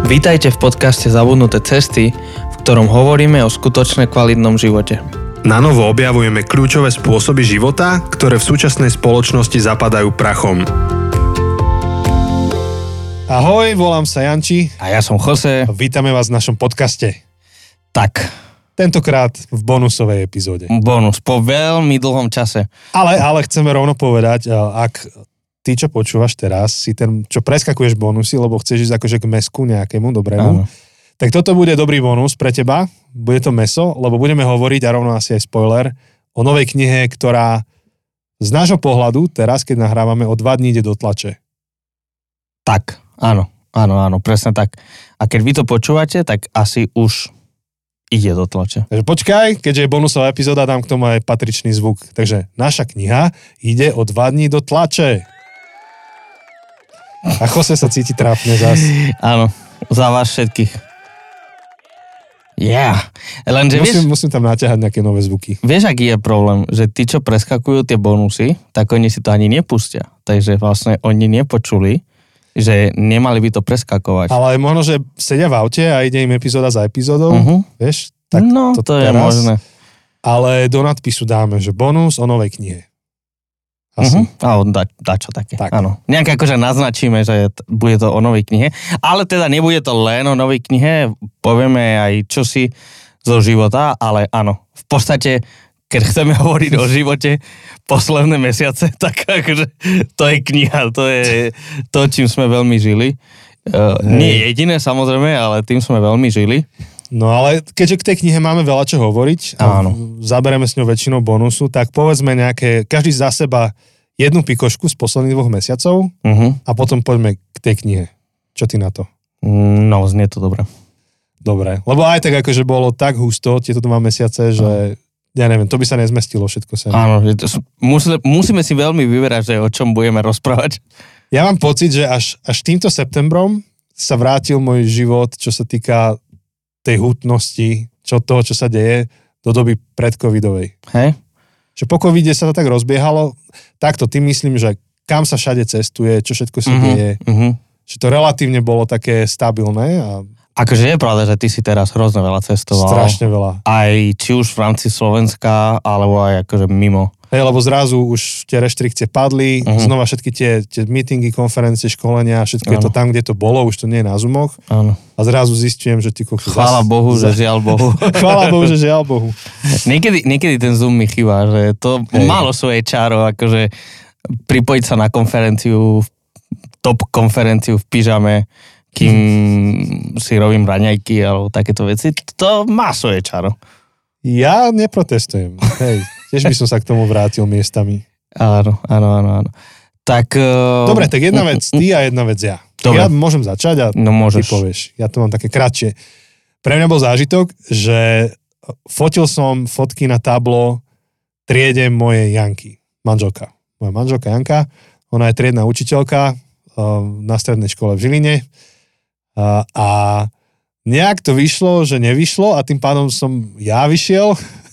Vítajte v podcaste Zabudnuté cesty, v ktorom hovoríme o skutočne kvalitnom živote. Na novo objavujeme kľúčové spôsoby života, ktoré v súčasnej spoločnosti zapadajú prachom. Ahoj, volám sa Janči. A ja som Jose. Vítame vás v našom podcaste. Tak. Tentokrát v bonusovej epizóde. Bonus po veľmi dlhom čase. Ale chceme rovno povedať, ak ty, čo počúvaš teraz, si ten, čo preskakuješ bonusy, lebo chceš ísť akože k mesku nejakému dobrému, tak toto bude dobrý bonus pre teba. Bude to meso, lebo budeme hovoriť, a rovno asi aj spoiler, o novej knihe, ktorá z nášho pohľadu, teraz, keď nahrávame, o 2 dní ide do tlače. Tak, áno, presne tak. A keď vy to počúvate, tak asi už ide do tlače. Takže počkaj, keďže je bonusová epizóda, dám k tomu aj patričný zvuk. Takže naša kniha ide o 2 dní do tlače. A Jose sa cíti trápne zás. Áno, za vás všetkých. Lenže musím tam naťahať nejaké nové zvuky. Vieš, aký je problém? Že tí, čo preskakujú tie bonusy, tak oni si to ani nepustia. Takže vlastne oni nepočuli, že nemali by to preskakovať. Ale možno, že sedia v aute a ide im epizóda za epizódou, vieš? Tak no, to je možné. Ale do nadpisu dáme, že bonus o novej knihe. Asi. A dačo také, tak. Áno. Nejak akože naznačíme, že bude to o novej knihe, ale teda nebude to len o novej knihe, povieme aj čosi zo života, ale áno, v podstate, keď chceme hovoriť o živote posledné mesiace, tak akože to je kniha, to je to, čím sme veľmi žili. Nie jediné samozrejme, ale tým sme veľmi žili. No ale keďže k tej knihe máme veľa čo hovoriť, zabereme s ňou väčšinou bonusu, tak povedzme nejaké, každý za seba jednu pikošku z posledných 2 mesiacov a potom poďme k tej knihe. Čo ty na to? No, znie to dobre. Dobre, lebo aj tak akože bolo tak husto tieto 2 mesiace, že ja neviem, to by sa nezmestilo všetko sem. Áno, musíme si veľmi vyberať, že o čom budeme rozprávať. Ja mám pocit, že až týmto septembrom sa vrátil môj život, čo sa týka tej hutnosti, toho, čo sa deje do doby predcovidovej. Hej? Že po covide sa to tak rozbiehalo. Takto tým myslím, že kam sa všade cestuje, čo všetko sa deje. Že to relatívne bolo také stabilné. Akože je pravda, že ty si teraz hrozne veľa cestoval. Strašne veľa. Aj či už v rámci Slovenska, alebo aj akože mimo. Hej, lebo zrazu už tie reštrikcie padli, znova všetky tie meetingy, konferencie, školenia, všetko je to tam, kde to bolo, už to nie je na Zoomoch. Áno. A zrazu zistujem, že ty kokos... Chvála Bohu, že žiaľ Bohu. Chvála Bohu, že žiaľ Bohu. Niekedy ten Zoom mi chýba, že to malo svoje čaro, akože pripojiť sa na konferenciu, top konferenciu v pyžame, kým si robím raňajky alebo takéto veci, to má svoje čaro. Ja neprotestujem, hej. Tiež by som sa k tomu vrátil miestami. Áno. Tak... Dobre, tak jedna vec ty a jedna vec ja. Dobre. Ja môžem začať a môžeš. Ty povieš. Ja to mám také kratšie. Pre mňa bol zážitok, že fotil som fotky na tablo triede mojej Janky, manželka. Moja manželka Janka, ona je triedna učiteľka na strednej škole v Žiline a nejak to vyšlo, že nevyšlo a tým pádom som ja vyšiel.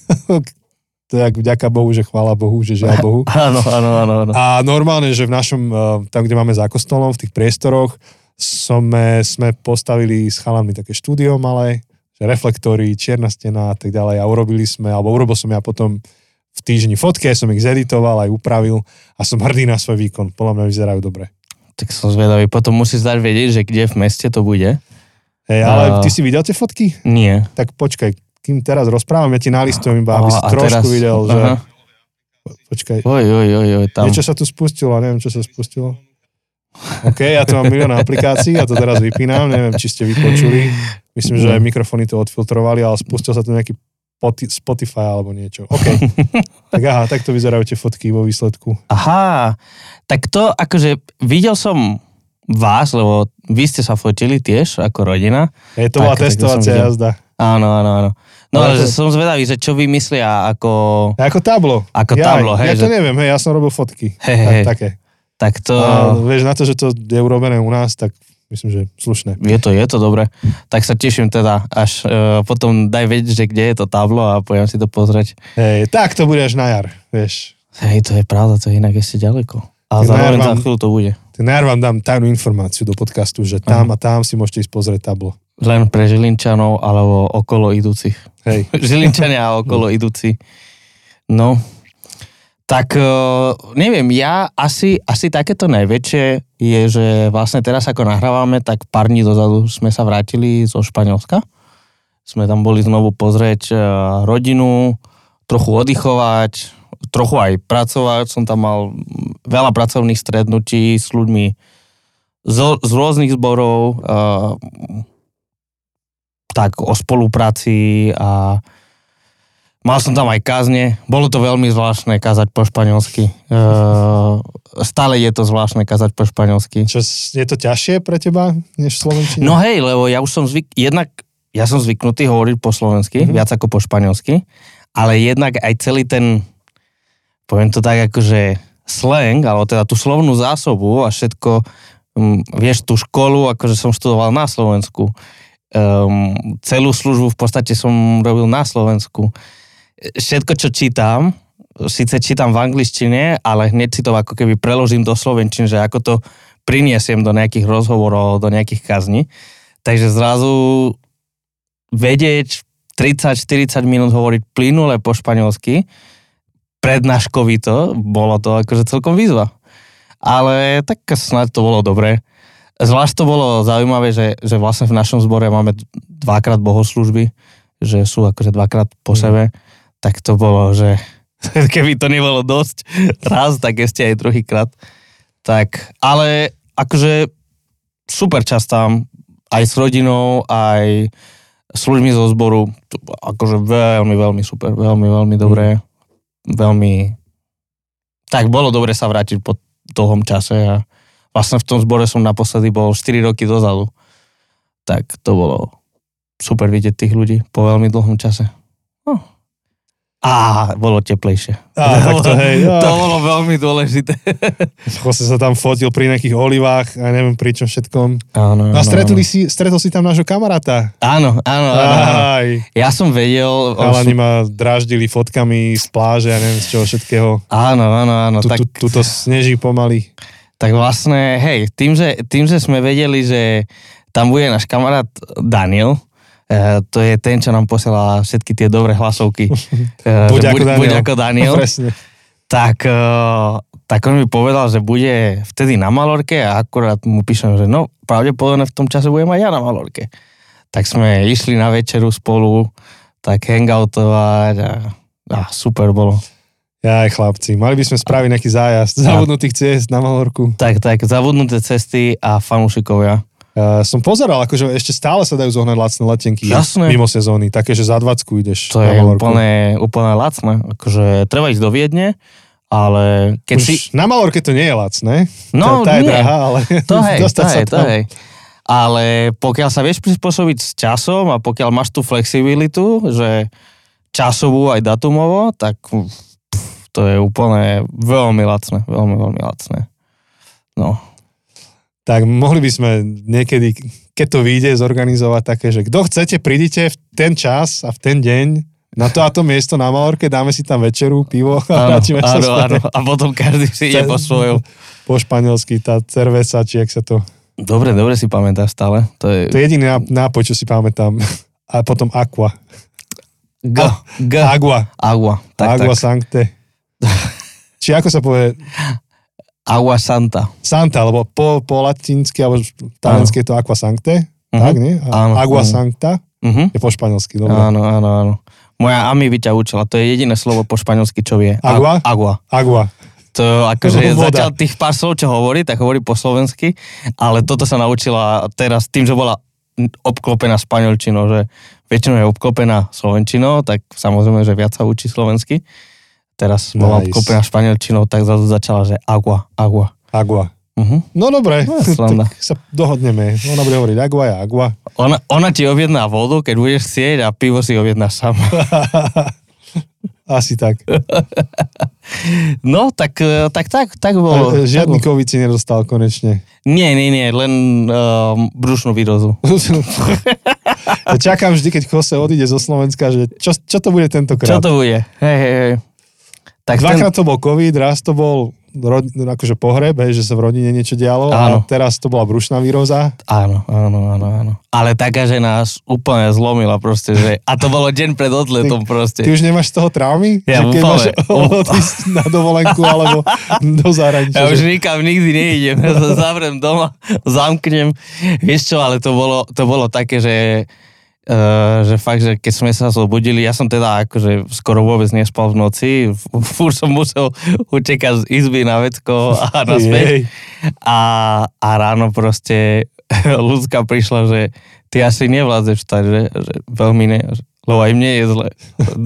To je vďaka Bohu, že chvála Bohu, že žiaľ Bohu. Áno. A normálne, že v našom, tam, kde máme za kostolom, v tých priestoroch, sme postavili s chalami také štúdio malé, že reflektory, čierna stena a tak ďalej a urobil som ja potom v týždni fotky, som ich zeditoval, aj upravil a som hrdý na svoj výkon. Podľa mňa vyzerajú dobre. Tak som zvedavý. Potom musíš dať vedieť, že kde v meste to bude. Hej, ale ty si videl tie fotky? Nie. Tak počkaj, kým teraz rozprávam, ja ti nalistujem iba, aby si trošku videl, že... Počkaj. Oj, tam. Niečo sa tu spustilo, neviem, čo sa spustilo. OK, ja tu mám milión aplikácií, ja to teraz vypínam, neviem, či ste vypočuli. Myslím, že mikrofóny to odfiltrovali, ale spustil sa tu nejaký Spotify alebo niečo. OK. Tak to vyzerajú tie fotky vo výsledku. Aha, tak to akože videl som vás, lebo vy ste sa fotili tiež ako rodina. To bola testovacia jazda. Áno. No ale že som zvedavý, že čo vymyslia ako... Ako tablo. Ja to neviem, ja som robil fotky. Také. Tak to... Vieš, na to, že to je urobené u nás, tak myslím, že slušné. Je to dobre. Tak sa teším teda, až potom daj vedieť, že kde je to tablo a pôjdem si to pozrieť. Tak to bude až na jar, vieš. To je pravda, to je inak ešte ďaleko. Ale zároveň za chvíľu to bude. Tak najprv vám dám tajnú informáciu do podcastu, že tam a tam si môžete ísť pozrieť tablo. Len pre Žilinčanov alebo okolo idúcich. Hej. Žilinčania a okolo idúci. No, tak neviem, ja asi takéto najväčšie je, že vlastne teraz ako nahrávame, tak pár dní dozadu sme sa vrátili zo Španielska. Sme tam boli znovu pozrieť rodinu, trochu oddychovať, trochu aj pracovať. Som tam mal veľa pracovných stretnutí s ľuďmi z rôznych zborov, tak o spolupráci a mal som tam aj kázne. Bolo to veľmi zvláštne kázať po španielsky. Stále je to zvláštne kázať po španielsky. Čo, je to ťažšie pre teba, než v slovenčine? No hej, lebo ja už som ja som zvyknutý hovoriť po slovensky, viac ako po španielsky, ale jednak aj celý ten, poviem to tak akože slang, alebo teda tú slovnú zásobu a všetko, vieš, tú školu, akože som študoval na Slovensku. Celú službu v podstate som robil na Slovensku. Všetko, čo čítam, síce čítam v angličtine, ale hneď si to ako keby preložím do slovenčiny, že ako to priniesiem do nejakých rozhovorov, do nejakých kazní. Takže zrazu vedieť 30-40 minút hovoriť plynule po španielsky, prednáškovito, bolo to akože celkom výzva. Ale tak snáď to bolo dobré. Zvlášť to bolo zaujímavé, že vlastne v našom zbore máme dvakrát bohoslúžby, že sú akože dvakrát po sebe, tak to bolo, že keby to nebolo dosť raz, tak ešte aj druhýkrát. Tak, ale akože super čas tam, aj s rodinou, aj s ľuďmi zo zboru, akože veľmi, veľmi super, veľmi, veľmi dobré, veľmi, tak bolo dobre sa vrátiť po dlhom čase a vlastne v tom zbore som naposledy bol 4 roky dozadu. Tak to bolo super vidieť tých ľudí po veľmi dlhom čase. Bolo teplejšie. Tak to, hej. To bolo veľmi dôležité. Jose sa tam fotil pri nejakých olivách a neviem pri čom všetkom. Áno. A stretol si tam nášho kamaráta. Áno. Ja som vedel... Chalani ma dráždili fotkami z pláže a neviem z čoho všetkého. Áno. Tuto sneží pomaly. Tak vlastne, hej, tým, že sme vedeli, že tam bude náš kamarát Daniel, to je ten, čo nám posiela všetky tie dobré hlasovky. Buď ako Daniel. Presne. Tak on mi povedal, že bude vtedy na Malorke a akurát mu píšem, že no, pravdepodobne v tom čase budem aj ja na Malorke. Tak sme išli na večeru spolu, tak hangoutovať a super bolo. Jaj, chlapci, mali by sme spraviť nejaký zájazd zabudnutých ciest na Malorku. Tak, zabudnuté cesty a fanúšikovia. Som pozeral, akože ešte stále sa dajú zohnať lacné letenky. Jasné. Mimo sezóny, také, že za 20 ideš to na Malorku. To je úplne lacné, akože treba ísť do Viedne, ale keď už na Malorke to nie je lacné, no, tá je drahá, ale to tam. Hej. Ale pokiaľ sa vieš prispôsobiť s časom a pokiaľ máš tú flexibilitu, že časovú aj datumovo, tak to je úplne veľmi lacné, veľmi, veľmi lacné. No. Tak mohli by sme niekedy, keď to vyjde, zorganizovať také, že kto chcete, prídite v ten čas a v ten deň na to a to miesto na Malorke, dáme si tam večeru, pivo a vrátime sa späť. Áno. A potom každý si ide po svojom. Po španielsky, tá cerveza, či jak sa to... Dobre si pamätáš stále. To je jediný nápoj, čo si pamätám. A potom aqua. Agua. Agua sancte. Či ako sa povie... Agua Santa. Santa, lebo po latinsky, alebo taliansky je to Aqua Sancte, tak, nie? Agua Sancta je po španielsky, dobre. Áno. Moja Ami by ťa učila, to je jediné slovo po španielsky, čo vie. Agua? Agua. To akože zatiaľ tých pár slov, čo hovorí, tak hovorí po slovensky, ale toto sa naučila teraz tým, že bola obklopená španielčinou, že väčšinou je obklopená slovenčinou, tak samozrejme, že viac sa učí slovensky. Teraz bola obklopená španielčinou, tak začala, že agua. No dobre, tak sa dohodneme. Ona bude hovoriť agua je agua. Ona ti objedná vodu, keď budeš chcieť a pivo si objednáš sám. Asi tak. No, tak bolo. Žiadny COVID si nedostal konečne. Nie, len brušnú výrozu. Čakám vždy, keď Jose odíde zo Slovenska, že čo to bude tentokrát? Čo to bude? Hej. Tak dvakrát to bol COVID, raz to bol akože pohreb, že sa v rodine niečo dialo Áno. a teraz to bola brušná výroza. Áno. Ale taká, že nás úplne zlomila proste, že... A to bolo deň pred odletom proste. Ty už nemáš z toho traumy? Ja že keď úplne. máš odísť na dovolenku alebo do zahraničia. Ja už nikam nikdy neidem. Ja sa zavriem doma, zamknem. Vieš čo, ale to bolo také, že fakt, že keď sme sa zobudili, ja som teda akože skoro vôbec nespal v noci, furt som musel utekať z izby na vecko a naspäť. A ráno proste ľudská prišla, že ty asi nevládzeš vstať, že veľmi ne, lebo aj mne je zle.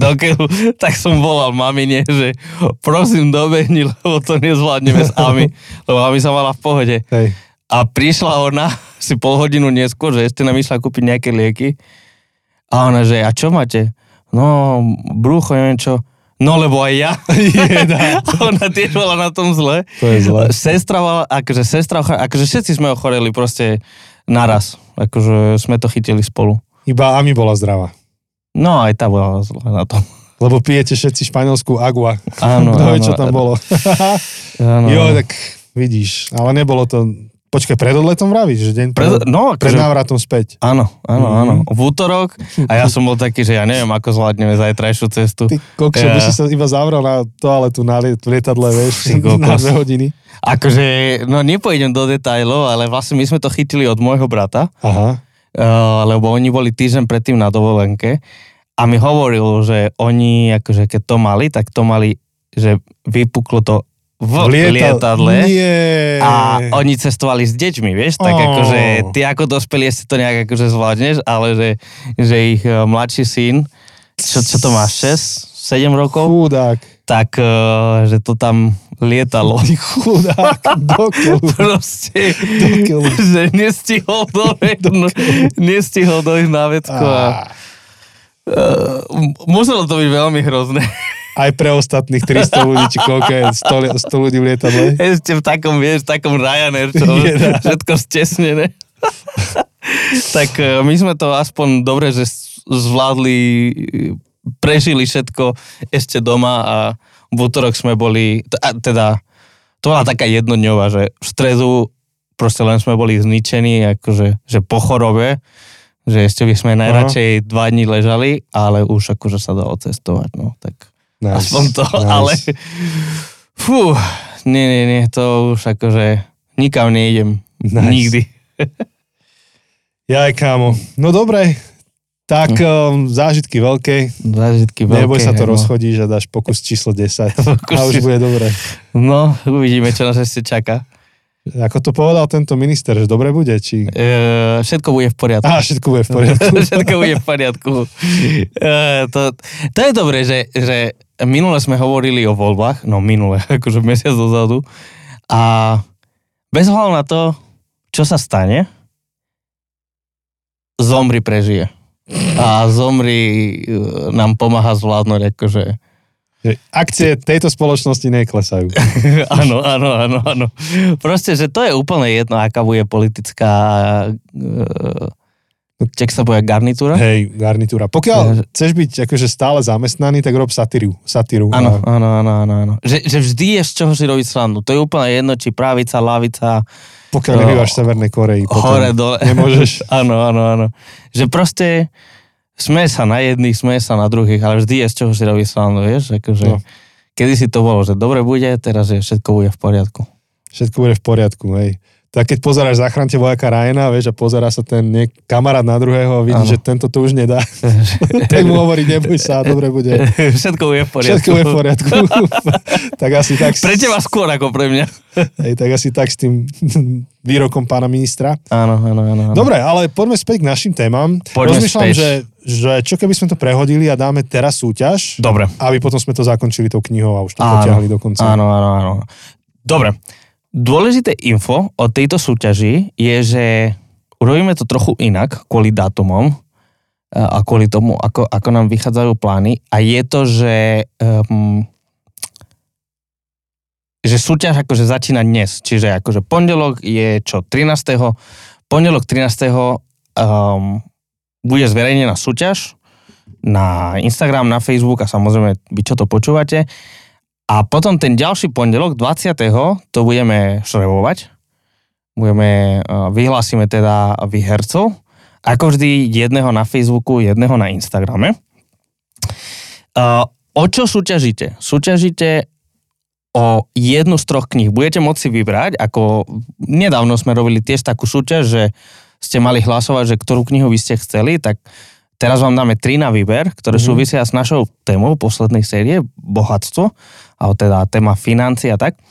Tak som volal mamine, že prosím dobehni, lebo to nezvládneme s Ami, lebo Ami sa mala v pohode. Hej. A prišla ona si pol hodinu neskôr, že ešte nám išla kúpiť nejaké lieky. A ona, že a čo máte? No, brúcho, neviem čo. No, lebo aj ja. A ona tiež bola na tom zle. To je zle. Sestra, akože všetci sme ochoreli proste naraz. Akože sme to chytili spolu. Iba Ami bola zdravá. No, aj tá bola zle na tom. Lebo pijete všetci španielskú agua. Áno, Kto vie, čo tam bolo. Áno. Jo, tak vidíš. Ale nebolo to... Počkaj, pred odletom vravíš, že deň pred návratom späť. Áno. V útorok a ja som bol taký, že ja neviem, ako zvládneme zajtrajšiu cestu. Ty kokšo, by si sa iba zavrel na toaletu v lietadle, vieš, na 2 hodiny. Akože, no nepôjdem do detailov, ale vlastne my sme to chytili od môjho brata. Aha. Lebo oni boli týždeň predtým na dovolenke a mi hovoril, že oni, akože keď to mali, tak to mali, že vypuklo to v lietadle. Nie. A oni cestovali s deťmi, vieš, tak akože ty ako dospelý si to nejak akože zvládneš, ale že ich mladší syn, čo to má, 6-7 rokov? Chudák. Tak, že to tam lietalo. Ty chudák, dokeľu. Proste, že nestihol dojsť na vecko a muselo to byť veľmi hrozné. Aj pre ostatných 300 ľudí, či koľko je, 100 ľudí v lietadle. Ešte v takom Ryanair, čo všetko stesnené. Tak my sme to aspoň dobre, že zvládli, prežili všetko ešte doma a v útorok sme boli, teda to bola taká jednodňová, že v stredu proste len sme boli zničení, akože že po chorobe, že ešte by sme najradšej 2 dní ležali, ale už akože sa dalo cestovať, no tak. Nice, aspoň to, nice. Ale nie, to už akože nikam neidem. Nice. Nikdy. Jaj, kámo. No dobre, tak zážitky veľké. Neboj sa to rozchodíš a dáš pokus číslo 10 a už bude dobre. No, uvidíme, čo nás ešte čaká. Ako to povedal tento minister, že dobre bude, či... Všetko bude v poriadku. Všetko bude v poriadku. Všetko bude v poriadku. To je dobré, že minule sme hovorili o voľbách, no minule, akože mesiac dozadu, a bez hľadu na to, čo sa stane, Zomri prežije. A Zomri nám pomáha zvládnuť, akože... Akcie tejto spoločnosti neklesajú. Áno. Proste, že to je úplne jedno, aká bude politická čak sa povie garnitúra? Hej, garnitúra. Pokiaľ chceš byť akože stále zamestnaný, tak rob satíru. Áno. Že vždy je z čoho si robiť srandu. To je úplne jedno, či pravica, lavica. Pokiaľ nebývaš v Severnej Koreji. Hore, dole. Nemôžeš. Áno. Že proste smeje sa na jedných, smeje sa na druhých, ale vždy je z čoho si robiť srandu, vieš? Akože, kedysi to bolo, že dobre bude, teraz je všetko bude v poriadku. Všetko bude v poriadku, hej. Tak keď pozeráš Zachránte vojaka Ryana, vieš, a pozerá sa ten kamarát na druhého a vidí, že tento to už nedá. Tak mu hovorí, neboj sa, dobre bude. Všetko bude v poriadku. Všetko bude v poriadku. Tak asi tak... Pre teba skôr ako pre mňa. Hej, tak asi tak s tým výrokom pána ministra. Áno. Dobre, ale poďme späť k našim témam. Rozmýšľam, že čo keby sme to prehodili a dáme teraz súťaž. Dobre. Aby potom sme to zakončili tou knihou a už to potiahli do konca. Áno. Dobre. Dôležité info o tejto súťaži je, že urobíme to trochu inak kvôli dátumom a kvôli tomu, ako nám vychádzajú plány. A je to, že súťaž akože začína dnes. Čiže akože pondelok je čo? 13. Pondelok 13. Bude zverejnená súťaž na Instagram, na Facebook a samozrejme vy čo to počúvate. A potom ten ďalší pondelok, 20. to budeme šrebovať. Vyhlásime teda výhercov. Ako vždy, jedného na Facebooku, jedného na Instagrame. O čo súťažíte? Súťažíte o jednu z 3 kníh. Budete môcť si vybrať, ako nedávno sme robili tiež takú súťaž, že ste mali hlasovať, že ktorú knihu by ste chceli, tak teraz vám dáme 3 na výber, ktoré súvisia s našou témou poslednej série, bohatstvo, alebo teda téma financí a tak.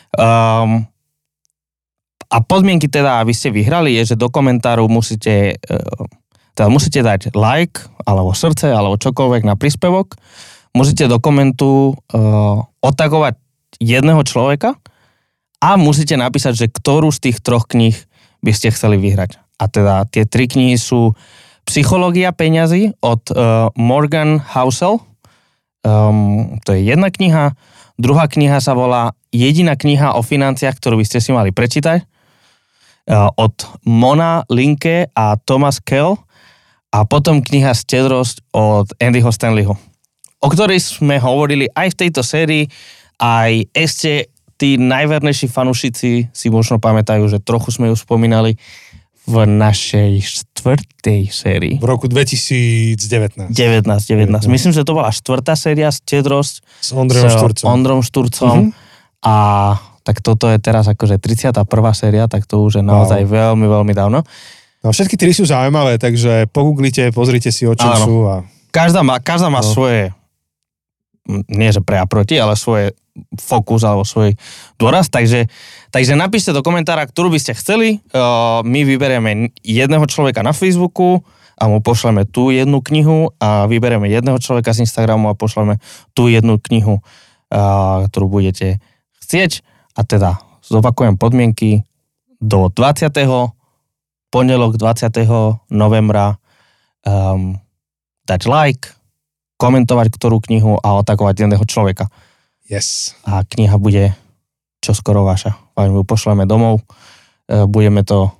A podmienky teda, aby ste vyhrali, je, že do komentáru musíte dať like, alebo srdce, alebo čokoľvek na príspevok. Musíte do komentu otagovať jedného človeka a musíte napísať, že ktorú z tých 3 kníh by ste chceli vyhrať. A teda tie 3 knihy sú Psychológia peňazí od Morgan Housel. To je jedna kniha. Druhá kniha sa volá Jediná kniha o financiách, ktorú by ste si mali prečítať. Od Mona Linke a Thomas Kell. A potom kniha Štedrosť od Andyho Stanleyho, o ktorej sme hovorili aj v tejto sérii, aj ešte tí najvernejší fanúšici si možno pamätajú, že trochu sme ju spomínali v našej 4. sérii. V roku 2019. 19. Myslím, že to bola 4. séria Štedrosť s Ondrejom Šturcom. A tak toto je teraz akože 31. séria, tak to už je naozaj veľmi, veľmi dávno. No, všetky 3 sú zaujímavé, takže pogooglite, pozrite si, o čom sú. A... Každá má svoje, nie že pre a proti, ale svoje fokus alebo svoj dôraz. Takže napíšte do komentára, ktorú by ste chceli. My vyberieme jedného človeka na Facebooku a mu pošleme tú jednu knihu a vyberieme jedného človeka z Instagramu a pošleme tú jednu knihu, ktorú budete chcieť. A teda zopakujem podmienky do 20. pondelok 20. novembra dať like, komentovať ktorú knihu a otakovať jedného človeka. Yes. A kniha bude čoskoro vaša. Vám ju pošleme domov. Budeme to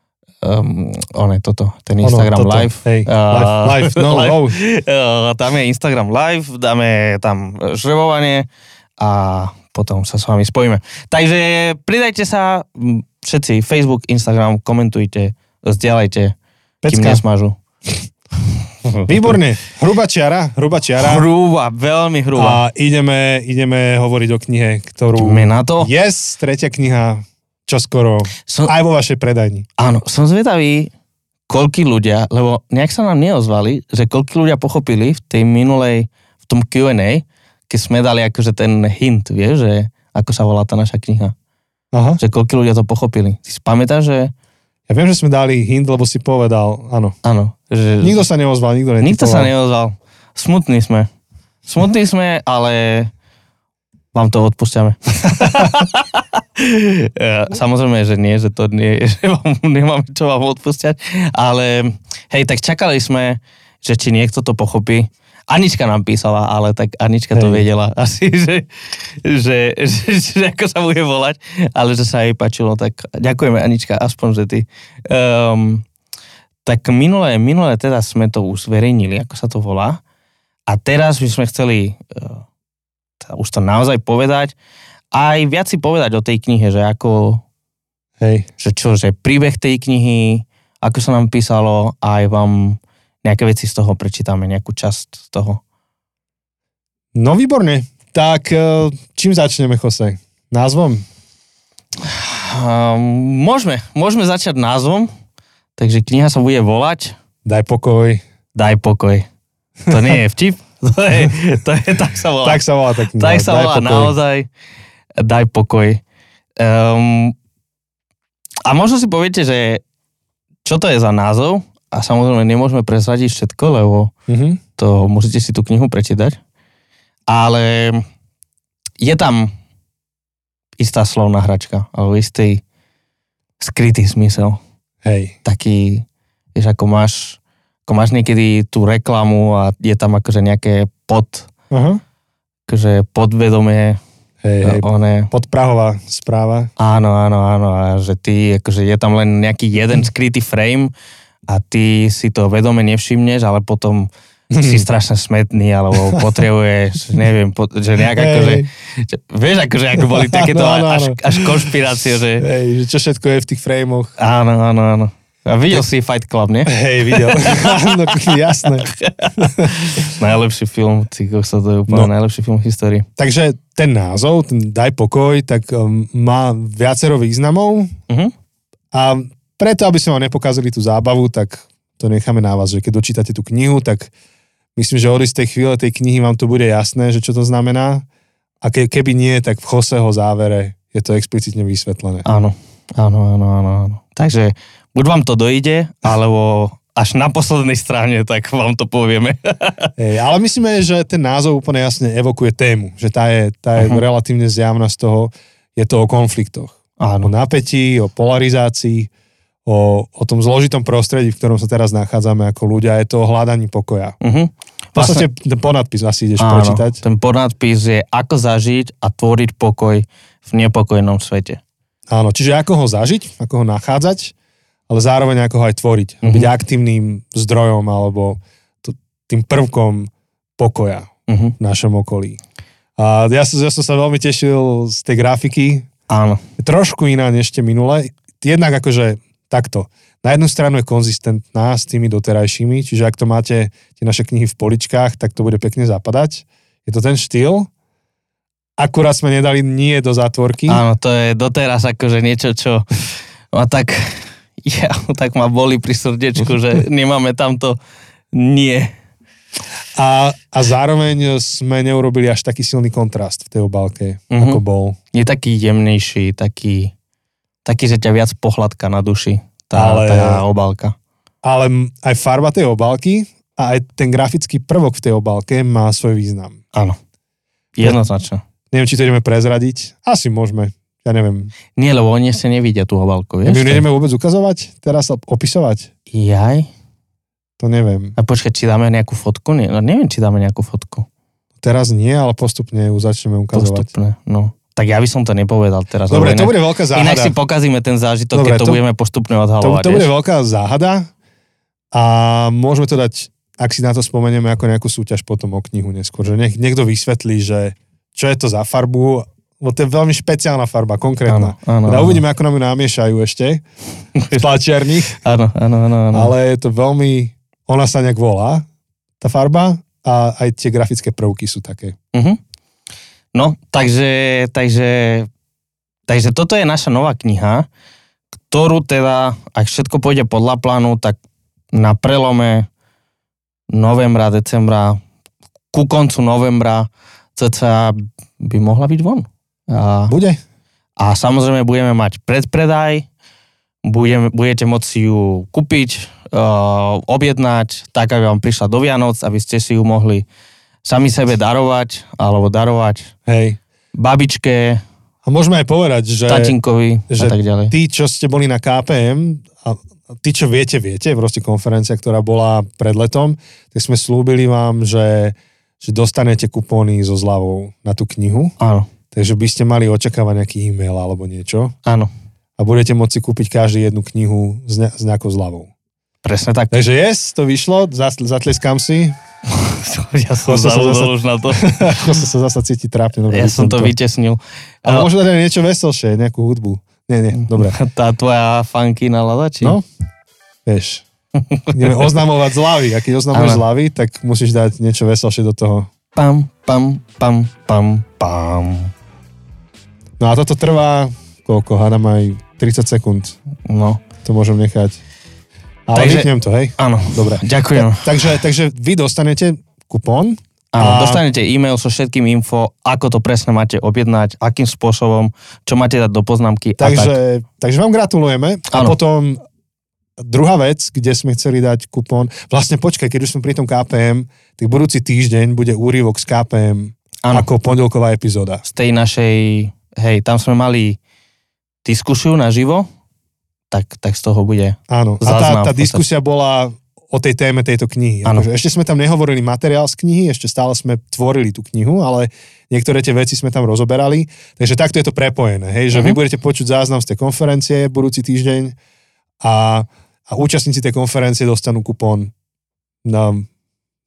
ten Instagram live. Hej, live. Tam je Instagram live, dáme tam žrebovanie a potom sa s vami spojíme. Takže pridajte sa všetci, Facebook, Instagram, komentujte, zdieľajte, kým nesmažu. Výborne. Hrubá čiara. Hrubá, veľmi hrubá. A ideme hovoriť o knihe, ktorú... Ideme na to? Yes, 3. kniha, čoskoro, aj vo vašej predajni. Áno, som zvedavý, koľkí ľudia, lebo nejak sa nám neozvali, že koľkí ľudia pochopili v tej minulej, v tom Q&A, keď sme dali akože ten hint, vieš, že ako sa volá tá naša kniha. Aha. Že koľkí ľudia to pochopili. Ty si pamätáš, že... Ja viem, že sme dali hint, lebo si povedal, áno. Áno. Že... Nikto sa neozval, Nikto sa neozval. Smutní sme, ale vám to odpúšťame. Samozrejme, že nie, že to nie, že nemáme čo vám odpúšťať, ale hej, tak čakali sme, že či niekto to pochopí. Anička nám písala, ale tak Anička to vedela asi, že ako sa bude volať, ale že sa jej páčilo, tak ďakujeme Anička, aspoň, že ty. Tak minulé teda sme to už zverejnili, ako sa to volá, a teraz by sme chceli už to naozaj povedať, aj viac si povedať o tej knihe, že ako, že príbeh tej knihy, ako sa nám písalo, aj vám nejaké veci z toho prečítame, nejakú časť z toho. No výborne. Tak čím začneme, Jose? Názvom? Môžeme začať názvom. Takže kniha sa bude volať Daj pokoj. Daj pokoj. To nie je vtip? To je tak sa volá. Tak sa volá tá kniha. Tak sa volá naozaj Daj pokoj. A možno si poviete, že čo to je za názov? A samozrejme nemôžeme prezradiť všetko, lebo to musíte si tú knihu prečítať. Ale je tam istá slovná hračka, alebo istý skrytý zmysel. Hej. Taký, vieš, ako máš niekedy tú reklamu a je tam akože nejaké akože podvedomie. Hej, podprahová správa. Áno, a že ty, akože je tam len nejaký jeden skrytý frame a ty si to vedome nevšimneš, ale potom si strašne smetný, alebo potrebuješ, neviem, že nejak akože, vieš, akože ako boli takéto až konšpirácie, že... Hej, že čo všetko je v tých framoch. Áno. A videl si Fight Club, nie? Hej, videl. Áno, jasné. Najlepší film, to je úplne najlepší film v histórii. Takže ten názov, ten Daj pokoj, tak má viacero významov a preto, aby sme vám nepokázali tú zábavu, tak to necháme na vás, že keď dočítate tú knihu, tak myslím, že od istej chvíle tej knihy vám to bude jasné, že čo to znamená. A keby nie, tak v Joseho závere je to explicitne vysvetlené. Áno. Takže buď vám to dojde, alebo až na poslednej strane, tak vám to povieme. Ale myslíme, že ten názov úplne jasne evokuje tému, že tá je relatívne zjavná z toho, je to o konfliktoch. Áno. O napätí, o polarizácii, o tom zložitom prostredí, v ktorom sa teraz nachádzame ako ľudia, je to o hľadaní pokoja. V podstate ten podnadpis asi ideš prečítať. Ten podnadpis je ako zažiť a tvoriť pokoj v nepokojnom svete. Áno, čiže ako ho zažiť, ako ho nachádzať, ale zároveň ako ho aj tvoriť. Byť aktívnym zdrojom alebo tým prvkom pokoja v našom okolí. A ja som sa veľmi tešil z tej grafiky. Áno. Je trošku iná než tie minulé. Jednak akože takto. Na jednu stranu je konzistentná s tými doterajšími, čiže ak to máte tie naše knihy v poličkách, tak to bude pekne zapadať. Je to ten štýl. Akurát sme nedali nie do zátvorky. Áno, to je doteraz akože niečo, čo ma tak ma boli pri srdiečku, že nemáme tamto nie. A zároveň sme neurobili až taký silný kontrast v tej obálke, ako bol. Je taký jemnejší, taký, že ťa viac pohľadka na duši, tá obálka. Ale aj farba tej obálky a aj ten grafický prvok v tej obálke má svoj význam. Áno, jednoznačne. Neviem, či to ideme prezradiť. Asi môžeme, ja neviem. Nie, lebo oni sa nevidia tú obálku, vieš? My ju nejdeme vôbec ukazovať? Teraz opisovať? Jaj? To neviem. A počkaj, či dáme nejakú fotku? Neviem, či dáme nejakú fotku. Teraz nie, ale postupne ju začneme ukazovať. Postupne, no. Tak ja by som to nepovedal teraz. Dobre, to bude veľká záhada. Inak si pokazíme ten zážitok, keď to budeme postupne odhalovať. To bude veľká záhada a môžeme to dať, ak si na to spomenieme, ako nejakú súťaž potom o knihu neskôr. Že niekto vysvetlí, že čo je to za farbu, lebo to je veľmi špeciálna farba, konkrétna. Áno. Uvidíme, ako nám ju namiešajú ešte v tlačiarni. Áno. Ale je to veľmi, ona sa nejak volá, tá farba, a aj tie grafické prvky sú také. No, takže toto je naša nová kniha, ktorú teda, ak všetko pôjde podľa plánu, tak na prelome novembra, decembra, ku koncu novembra cca by mohla byť von. Bude. A samozrejme budeme mať predpredaj, budete môcť ju kúpiť, objednať, tak aby vám prišla do Vianoc, aby ste si ju mohli sami sebe darovať, alebo darovať babičke, a môžeme aj povedať, že tatinkovi a tak ďalej. Tí, čo ste boli na KPM, a tí, čo viete, proste konferencia, ktorá bola pred letom, tak sme slúbili vám, že dostanete kupóny so zľavou na tú knihu. Áno. Takže by ste mali očakávať nejaký e-mail alebo niečo. Áno. A budete môcť kúpiť každý jednu knihu s nejakou zľavou. Presne tak. Takže to vyšlo, zatleskám si. Ja som zabudol už na to. Kosa sa zasa cíti trápne. Dobre, ja som to vytesnil. Ale možno dať niečo veselšie, nejakú hudbu. Nie, dobre. Tá tvoja funky nalada, či? No, vieš. Ideme oznamovať zľavy. A keď oznamuješ zľavy, tak musíš dať niečo veselšie do toho. Pam, pam, pam, pam, pam. No a toto trvá, koľko? Hádam aj 30 sekúnd. No. To môžem nechať. Ale vypnem to, hej? Áno. Dobre. Ďakujem. Takže vy dostanete kupón. Áno, dostanete e-mail so všetkým info, ako to presne máte objednať, akým spôsobom, čo máte dať do poznámky. Takže vám gratulujeme. A áno. potom druhá vec, kde sme chceli dať kupón. Vlastne počkaj, keď už sme pri tom KPM, tak budúci týždeň bude úryvok z KPM ako pondelková epizóda. Z tej našej, tam sme mali diskusiu naživo, tak z toho bude. Áno. A tá diskusia bola o tej téme tejto knihy. Akože ešte sme tam nehovorili materiál z knihy, ešte stále sme tvorili tú knihu, ale niektoré tie veci sme tam rozoberali. Takže takto je to prepojené. Hej? Že vy budete počuť záznam z tej konferencie budúci týždeň a účastníci tej konferencie dostanú kupón na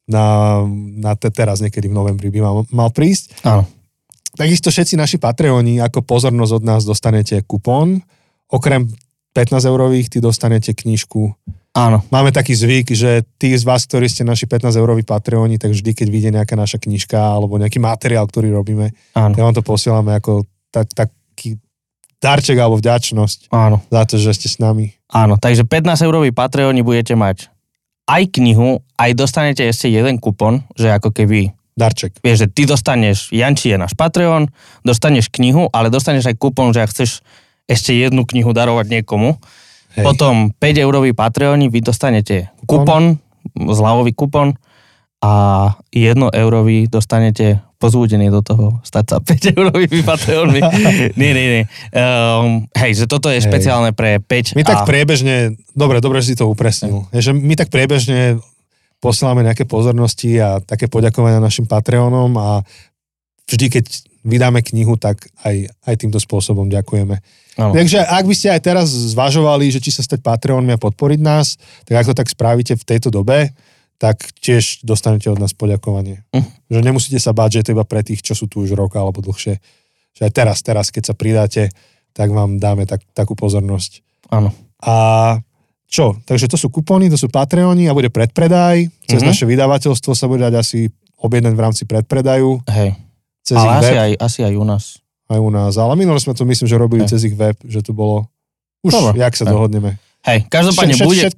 teraz niekedy v novembri by mal prísť. Áno. Takisto všetci naši Patreoni, ako pozornosť od nás dostanete kupón. Okrem 15-eurových, ty dostanete knižku. Áno. Máme taký zvyk, že tí z vás, ktorí ste naši 15-euroví Patreoni, tak vždy, keď vyjde nejaká naša knižka alebo nejaký materiál, ktorý robíme, tak vám to posielame ako taký darček alebo vďačnosť za to, že ste s nami. Áno, takže 15-euroví Patreoni budete mať aj knihu, aj dostanete ešte jeden kupón, že ako keby... Darček. Vieš, že ty dostaneš, Janči je náš Patreon, dostaneš knihu, ale dostaneš aj kupón, že ak chceš ešte jednu knihu darovať niekomu. Hej. Potom 5-euroví Patreoni, vy dostanete kupón, zľavový kupón a 1-eurový dostanete pozbudenie do toho stať sa 5-eurovými Patreonmi. Nie. Hej, že toto je špeciálne pre 5 My tak priebežne, dobre, že si to upresnil, že my tak priebežne posielame nejaké pozornosti a také poďakovania našim Patreonom a vždy, keď vydáme knihu, tak aj týmto spôsobom ďakujeme. Ano. Takže ak by ste aj teraz zvažovali, že či sa stať Patreonmi a podporiť nás, tak ak to tak spravíte v tejto dobe, tak tiež dostanete od nás poďakovanie. Že nemusíte sa báť, že je to iba pre tých, čo sú tu už rok alebo dlhšie. Že aj teraz, keď sa pridáte, tak vám dáme takú pozornosť. Áno. A čo? Takže to sú kupóny, to sú Patreoni a bude predpredaj. Cez naše vydavateľstvo sa bude dať asi objednať v rámci predpredajú. Hej. Cez ich web. Asi aj u nás. Aj u nás. Ale minule sme to, myslím, že robili cez ich web, že to bolo už, jak sa dohodneme. Hej, každopádne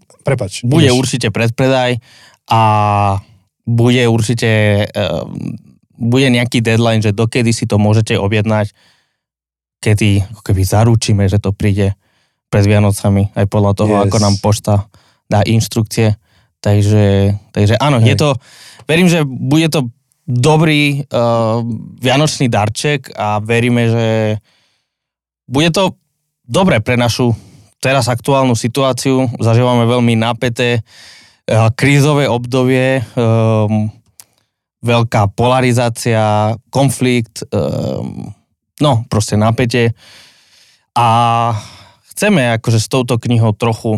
bude určite predpredaj a bude určite bude nejaký deadline, že dokedy si to môžete objednať, kedy ako keby zaručíme, že to príde pred Vianocami, aj podľa toho, ako nám pošta dá inštrukcie. Takže áno, je to, verím, že bude to dobrý vianočný darček a veríme, že bude to dobre pre našu teraz aktuálnu situáciu. Zažívame veľmi napäté krízové obdobie, veľká polarizácia, konflikt, proste napätie. A chceme akože s touto knihou trochu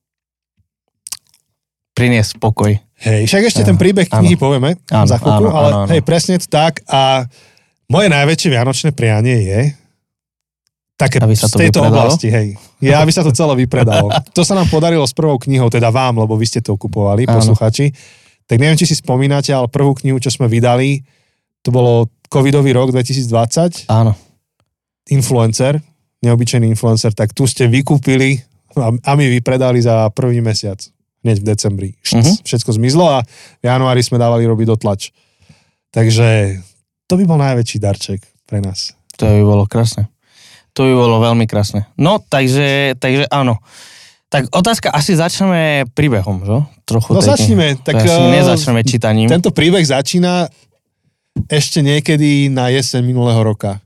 priniesť spokoj. Hej, však ešte ten príbeh knihy povieme za chvíľku, ale hej, presne to tak a moje najväčšie vianočné prianie je také z tejto oblasti, hej. Aby sa to celé vypredalo. To sa nám podarilo s prvou knihou, teda vám, lebo vy ste to kupovali, posluchači. Tak neviem, či si spomínate, ale prvú knihu, čo sme vydali, to bolo covidový rok 2020. Áno. Influencer, neobyčajný influencer, tak tu ste vykúpili a my vypredali za prvý mesiac. Hneď v decembri. Všetko zmizlo a v januári sme dávali robiť dotlač. Takže to by bol najväčší darček pre nás. To by bolo krásne. To by bolo veľmi krásne. No, takže áno. Tak otázka, asi začneme príbehom, že? Trochu začneme. Tak nezačneme čítaním. Tento príbeh začína ešte niekedy na jeseň minulého roka.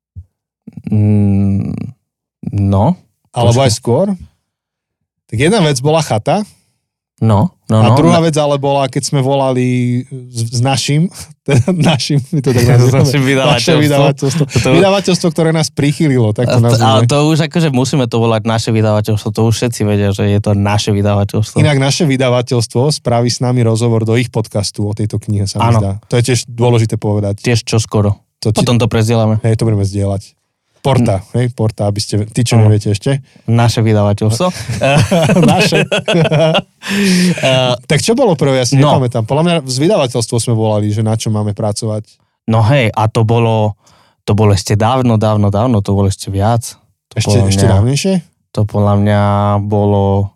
No. Alebo aj skôr. Tak jedna vec bola chata. No. A druhá vec ale bola, keď sme volali s našim, my to tak nazývame, naše vydavateľstvo. Vydavateľstvo, ktoré nás prichýlilo, tak to nazývame. Ale to už akože musíme to volať naše vydavateľstvo, to už všetci vedia, že je to naše vydavateľstvo. Inak naše vydavateľstvo spraví s nami rozhovor do ich podcastu o tejto knihe, sa mi zdá. To je tiež dôležité povedať. Tiež čoskoro. Potom to prezdielame. Hej, to budeme zdieľať. Porta, aby ste, ty čo neviete ešte? Naše vydavateľstvo. Naše. Tak čo bolo prvé, ja si nepamätám. Podľa mňa z vydavateľstvo sme volali, že na čo máme pracovať. No hej, a to bolo ešte dávno, to bolo ešte viac. Ešte dávnejšie? To podľa mňa bolo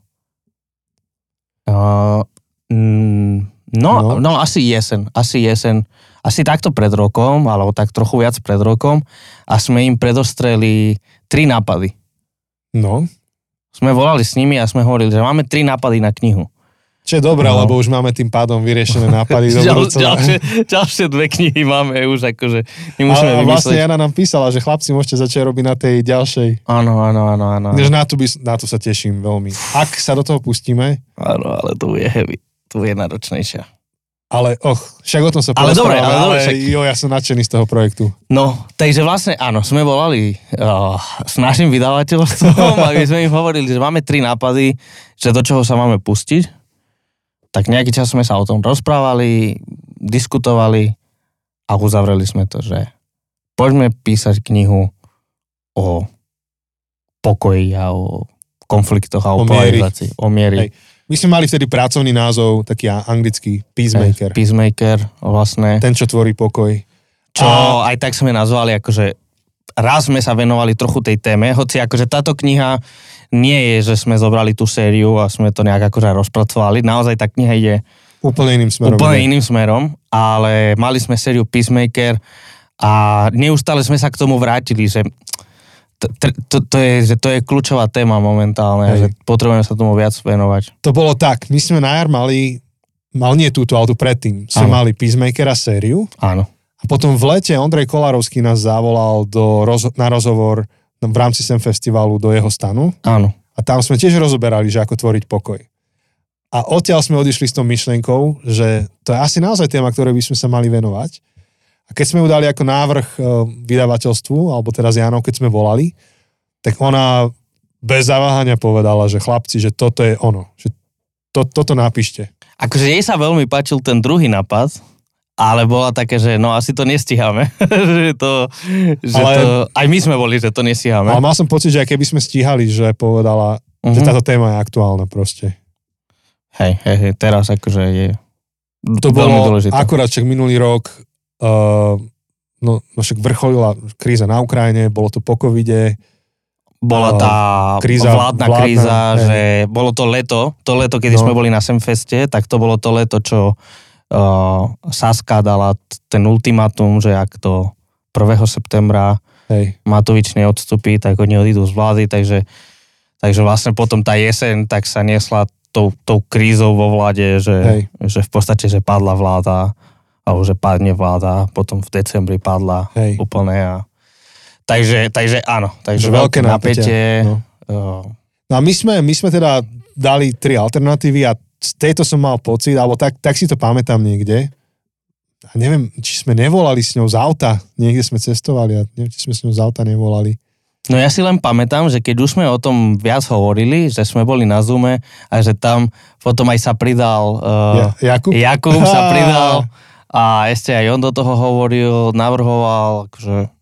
asi jeseň. Asi takto pred rokom, alebo tak trochu viac pred rokom a sme im predostreli 3 nápady. No. Sme volali s nimi a sme hovorili, že máme 3 nápady na knihu. Čo je dobré, lebo už máme tým pádom vyriešené nápady. Ďalšie 2 knihy máme už akože nemusíme vymysleť. A vlastne Jana nám písala, že chlapci môžete začať robiť na tej ďalšej. Áno. Na to sa teším veľmi. Ak sa do toho pustíme. Áno, ale to je heavy. To je náročnejšia. Ale však o tom sa porozprávame, ale ja som nadšený z toho projektu. No, takže vlastne áno, sme volali s našim vydavateľstvom a my sme im hovorili, že máme 3 nápady, že do čoho sa máme pustiť. tak nejaký čas sme sa o tom rozprávali, diskutovali a uzavreli sme to, že poďme písať knihu o pokoji a o konfliktoch a o polarizácii, o miery. Hej. My sme mali vtedy pracovný názov, taký anglický Peacemaker. Peacemaker, vlastne. Ten, čo tvorí pokoj. Čo aj tak sme nazvali, akože raz sme sa venovali trochu tej téme, hoci akože táto kniha nie je, že sme zobrali tú sériu a sme to nejak akože rozpracovali. Naozaj tá kniha ide úplne iným smerom. Ale mali sme sériu Peacemaker a neustále sme sa k tomu vrátili, že to je kľúčová téma momentálne, že potrebujeme sa tomu viac venovať. To bolo tak, my sme na jar mal nie túto, ale tu predtým, sme mali Peacemakera sériu. Áno. A potom v lete Ondrej Kolárovský nás zavolal na rozhovor v rámci SEM festivalu do jeho stanu. Áno. A tam sme tiež rozoberali, že ako tvoriť pokoj. A odtiaľ sme odišli s tou myšlienkou, že to je asi naozaj téma, ktorej by sme sa mali venovať. A keď sme ju dali ako návrh vydavateľstvu, alebo teraz Jánou, keď sme volali, tak ona bez zaváhania povedala, že chlapci, že toto je ono. Že toto napíšte. Akože jej sa veľmi páčil ten druhý nápad, ale bola také, že no asi to nestíhame. Aj my sme boli, že to nestíhame. Ale mal som pocit, že aj keby sme stíhali, že povedala, že táto téma je aktuálna proste. Hej, teraz akože je to veľmi bolo dôležité. Akurát však minulý rok však vrcholila kríza na Ukrajine, bolo to po covide. Bola tá vládna kríza, že bolo to leto, kedy sme boli na Semfeste, tak to bolo to leto, čo Saska dala ten ultimátum, že ak to 1. septembra Matovič neodstupí, tak oni odídu z vlády, takže vlastne potom tá jeseň tak sa niesla tou krízou vo vláde, že v podstate, že padla vláda, alebo že padne vláda, potom v decembri padla úplne. Takže áno, takže veľké napätie. No a my sme teda dali 3 alternatívy a z tejto som mal pocit, alebo tak si to pamätám niekde. A neviem, či sme nevolali s ňou z auta. Niekde sme cestovali a neviem, či sme s ňou z auta nevolali. No ja si len pamätám, že keď už sme o tom viac hovorili, že sme boli na Zoome a že tam potom aj sa pridal Jakub sa pridal a ešte aj on do toho hovoril, navrhoval, akože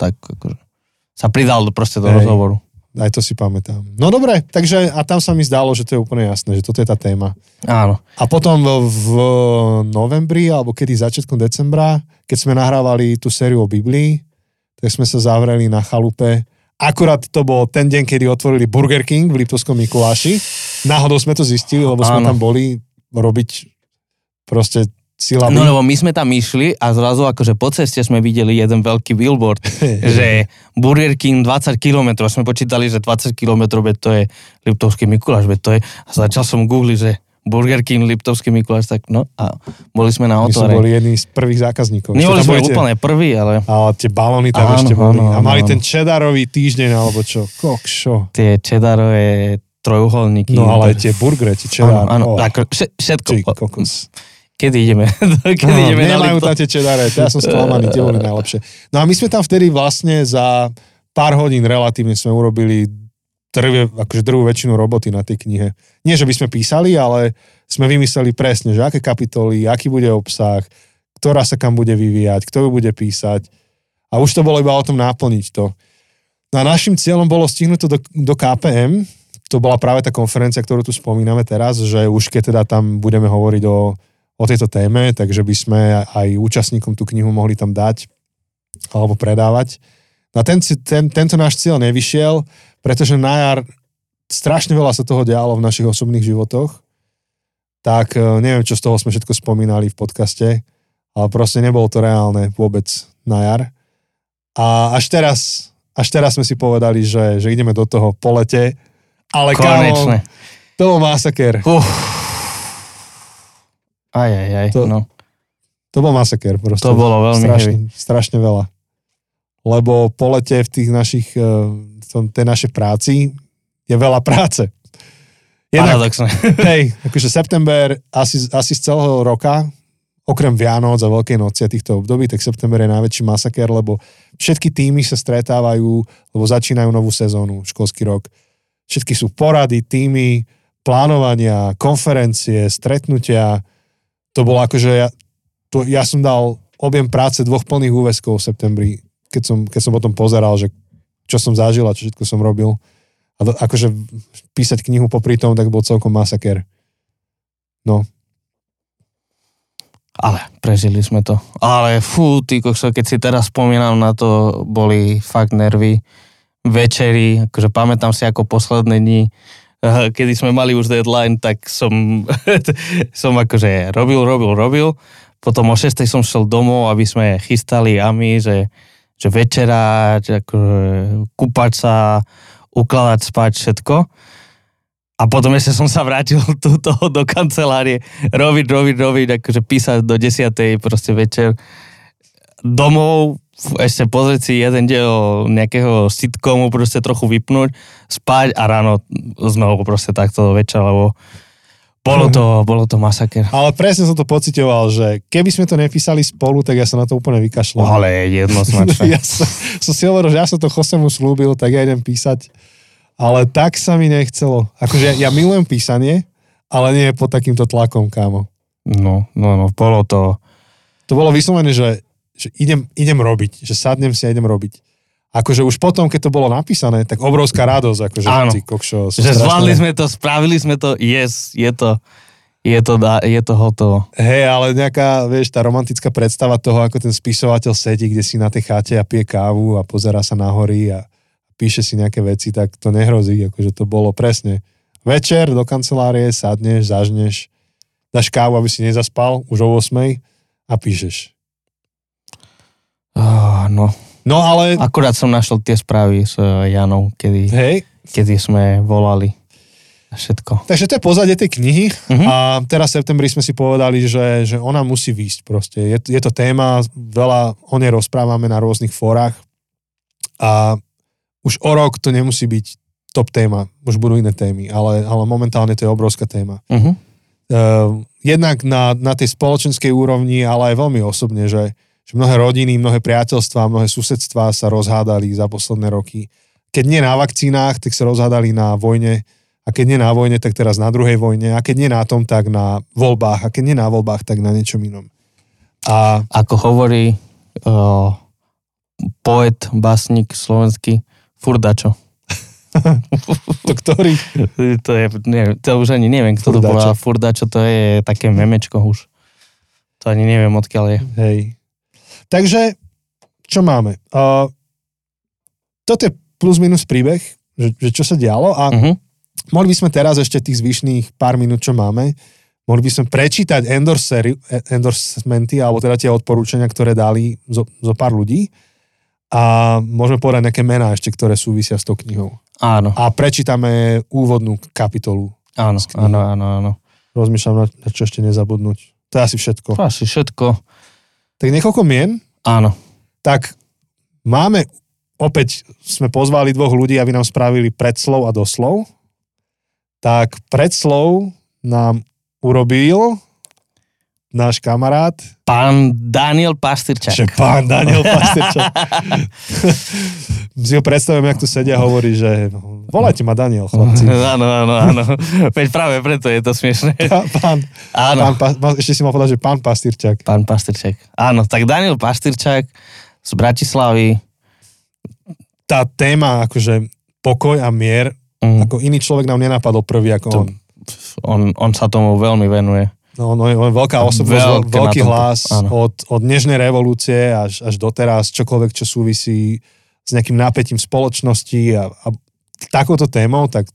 sa pridal proste do rozhovoru. Aj to si pamätám. No dobre, takže a tam sa mi zdalo, že to je úplne jasné, že toto je tá téma. Áno. A potom v novembri, alebo kedy začiatkom decembra, keď sme nahrávali tú sériu o Biblii, tak sme sa zavreli na chalupe. Akurát to bol ten deň, kedy otvorili Burger King v Liptovskom Mikuláši. Náhodou sme to zistili, lebo sme tam boli robiť proste silaby. No lebo my sme tam išli a zrazu akože po ceste sme videli jeden veľký billboard, že Burger King 20 km, sme počítali, že 20 km, to je Liptovský Mikuláš, to je, a začal som googliť, že Burger King, Liptovský Mikuláš, tak no a boli sme na otvore. My sme boli jedni z prvých zákazníkov. Neboli sme úplne prví, ale... Ale tie balóny tam ešte boli. A mali ten cheddarový týždeň, alebo čo? Kokšo. Tie cheddarové trojuholníky. No ale aj tie burgery, tie cheddar. Áno, všetko. Kokos. Kedy ideme? Nemajú tam tie cheddare, ja som sklamaný, tie boli najlepšie. No a my sme tam vtedy vlastne za pár hodín relatívne sme urobili druhú väčšinu roboty na tej knihe. Nie, že by sme písali, ale sme vymysleli presne, že aké kapitoly, aký bude obsah, ktorá sa kam bude vyvíjať, kto ju bude písať. A už to bolo iba o tom náplniť to. No a našim cieľom bolo stihnúť to do KPM. To bola práve tá konferencia, ktorú tu spomíname teraz, že už keď teda tam budeme hovoriť o tejto téme, takže by sme aj účastníkom tú knihu mohli tam dať alebo predávať. No a tento náš cieľ nevyšiel, pretože na jar strašne veľa sa toho dialo v našich osobných životoch, tak neviem, čo z toho sme všetko spomínali v podcaste, ale proste nebolo to reálne vôbec na jar. A až teraz sme si povedali, že ideme do toho po lete, ale kámo, to bol masaker. To bol masaker proste. To bolo veľmi strašne veľa. Lebo po lete v tých našich, tej našej práci je veľa práce. Paradoxne. Hej, akože september asi z celého roka, okrem Vianoc a Veľkej noci a týchto období, tak september je najväčší masaker, lebo všetky týmy sa stretávajú, lebo začínajú novú sezónu, školský rok. Všetky sú porady, týmy, plánovania, konferencie, stretnutia, to bolo akože, ja som dal objem práce 2 plných úväzkov v septembri, keď som potom pozeral, že čo som zažil a čo všetko som robil. A akože písať knihu popri tom, tak bol celkom masaker. No. Ale prežili sme to. Ale fú, ty kokso, keď si teraz spomínam na to, boli fakt nervy. Večery, akože pamätám si ako posledné dni, kedy sme mali už deadline, tak som akože robil. Potom o 6 som šel domov, aby sme chystali Ami, že večera, akože kúpať sa, ukladať spať, všetko. A potom ešte som sa vrátil do kancelárie, robiť, akože písať do 10:00 proste večer. Domov, ešte pozrieť si jeden diel nejakého sitcomu, proste trochu vypnúť, spať a ráno znovu proste takto do večera, lebo bolo to masaker. Ale presne som to pociťoval, že keby sme to nepísali spolu, tak ja sa na to úplne vykašľam. Ale jednoznačne. Ja som si hovoril, že ja som to Josemu slúbil, tak ja idem písať. Ale tak sa mi nechcelo. Akože ja milujem písanie, ale nie pod takýmto tlakom, kámo. No, bolo to... To bolo vyslovené, že idem robiť, že sadnem si a idem robiť. Akože už potom, keď to bolo napísané, tak obrovská radosť, akože ty kokšo. Že zvládli sme to, spravili sme to, yes, je to hotovo. Hej, ale nejaká, vieš, tá romantická predstava toho, ako ten spisovateľ sedí, kde si na tej chate a pije kávu a pozerá sa na hory a píše si nejaké veci, tak to nehrozí, akože to bolo presne. Večer do kancelárie, sadneš, zažneš, dáš kávu, aby si nezaspal, už o 8:00 a píšeš. No ale... Akurát som našiel tie správy s Janou, kedy sme volali a všetko. Takže to je pozadie tej knihy a teraz v septembri sme si povedali, že ona musí výjsť proste. Je to téma, veľa o nej rozprávame na rôznych fórach a už o rok to nemusí byť top téma, už budú iné témy, ale momentálne to je obrovská téma. Jednak na tej spoločenskej úrovni, ale aj veľmi osobne, že mnohé rodiny, mnohé priateľstvá, mnohé susedstvá sa rozhádali za posledné roky. Keď nie na vakcínach, tak sa rozhádali na vojne, a keď nie na vojne, tak teraz na druhej vojne, a keď nie na tom, tak na voľbách, a keď nie na voľbách, tak na niečom inom. A ako hovorí poet, básnik slovenský, Furdačo. To ktorý? To už ani neviem, kto to povedal. Furdačo, to je také memečko už. To ani neviem, odkiaľ je. Hej. Takže, čo máme? Toto je plus minus príbeh, že čo sa dialo a mohli by sme teraz ešte tých zvyšných pár minút, čo máme, mohli by sme prečítať endorsementy, alebo teda tie odporúčania, ktoré dali zo pár ľudí a môžeme povedať nejaké mená ešte, ktoré súvisia s tou knihou. Áno. A prečítame úvodnú kapitolu. Áno. Rozmýšľam, na čo ešte nezabudnúť. To je asi všetko. Asi všetko. Tak niekoľko mien. Áno. Tak opäť sme pozvali 2 ľudí, aby nám spravili predslov a doslov. Tak predslov nám urobil náš kamarát. Pán Daniel Pastyrčák. Pán Daniel Pastyrčák. Si ho predstavujem, jak tu sedia a hovorí, že volajte ma Daniel, chlapci. Áno. Veď práve preto je to smiešné. Ešte si mal povedať, že pán Pastyrčák. Pán Pastyrčák. Áno, tak Daniel Pastyrčák z Bratislavy. Tá téma, akože pokoj a mier, ako iný človek nám nenapadol prvý ako on. On sa tomu veľmi venuje. No, on je veľká osobnosť, veľký hlas od nežnej revolúcie až doteraz, čokoľvek, čo súvisí s nejakým napätím spoločnosti a takouto témou, tak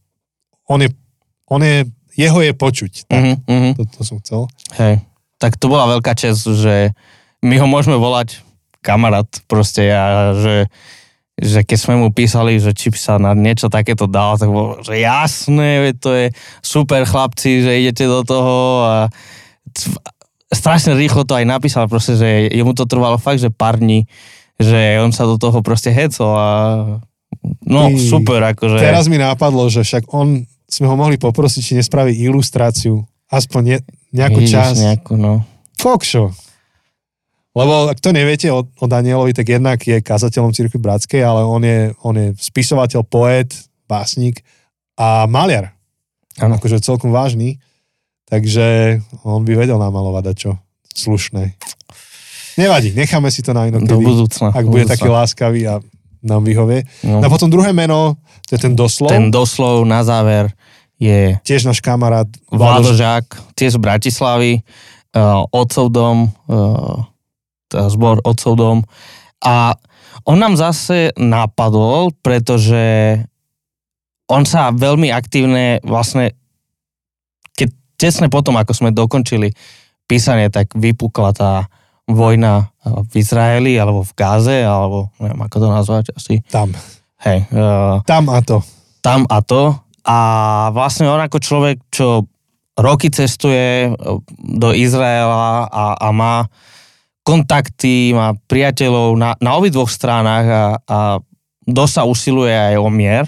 jeho je počuť. Tak, to som chcel. Hej, tak to bola veľká česť, že my ho môžeme volať kamarát proste a že keď sme mu písali, že či sa na niečo takéto dal, tak bolo, že jasné, to je super chlapci, že idete do toho a strašne rýchlo to aj napísal, proste, že jemu to trvalo fakt, že pár dní, že on sa do toho proste hecol a super, akože. Teraz mi nápadlo, že však sme ho mohli poprosiť, či nespraví ilustráciu, aspoň nejakú časť. Kokšo. Lebo ak to neviete o Danielovi, tak jednak je kazateľom Cirkvi Bratskej, ale on je spisovateľ, poet, básnik a maliar. Ano. akože celkom vážny, takže on by vedel namalovať dačo slušné. Nevadí, necháme si to na inokedy. Do budúcna. Ak bude taký láskavý a nám vyhovie. No. A potom druhé meno, to je ten doslov. Ten doslov na záver je Tiež náš kamarát Vlado Žák, tiež z Bratislavy, Otcov dom, zbor Otcov dom. A on nám zase napadol, pretože on sa veľmi aktívne vlastne, keď tesne potom, ako sme dokončili písanie, tak vypukla tá vojna v Izraeli, alebo v Gáze, alebo neviem, ako to nazvať asi. Tam. Hej. Tam a to. Tam a to. A vlastne on ako človek, čo roky cestuje do Izraela a má kontakty, má priateľov na obidvoch stranách a dosť sa usiluje aj o mier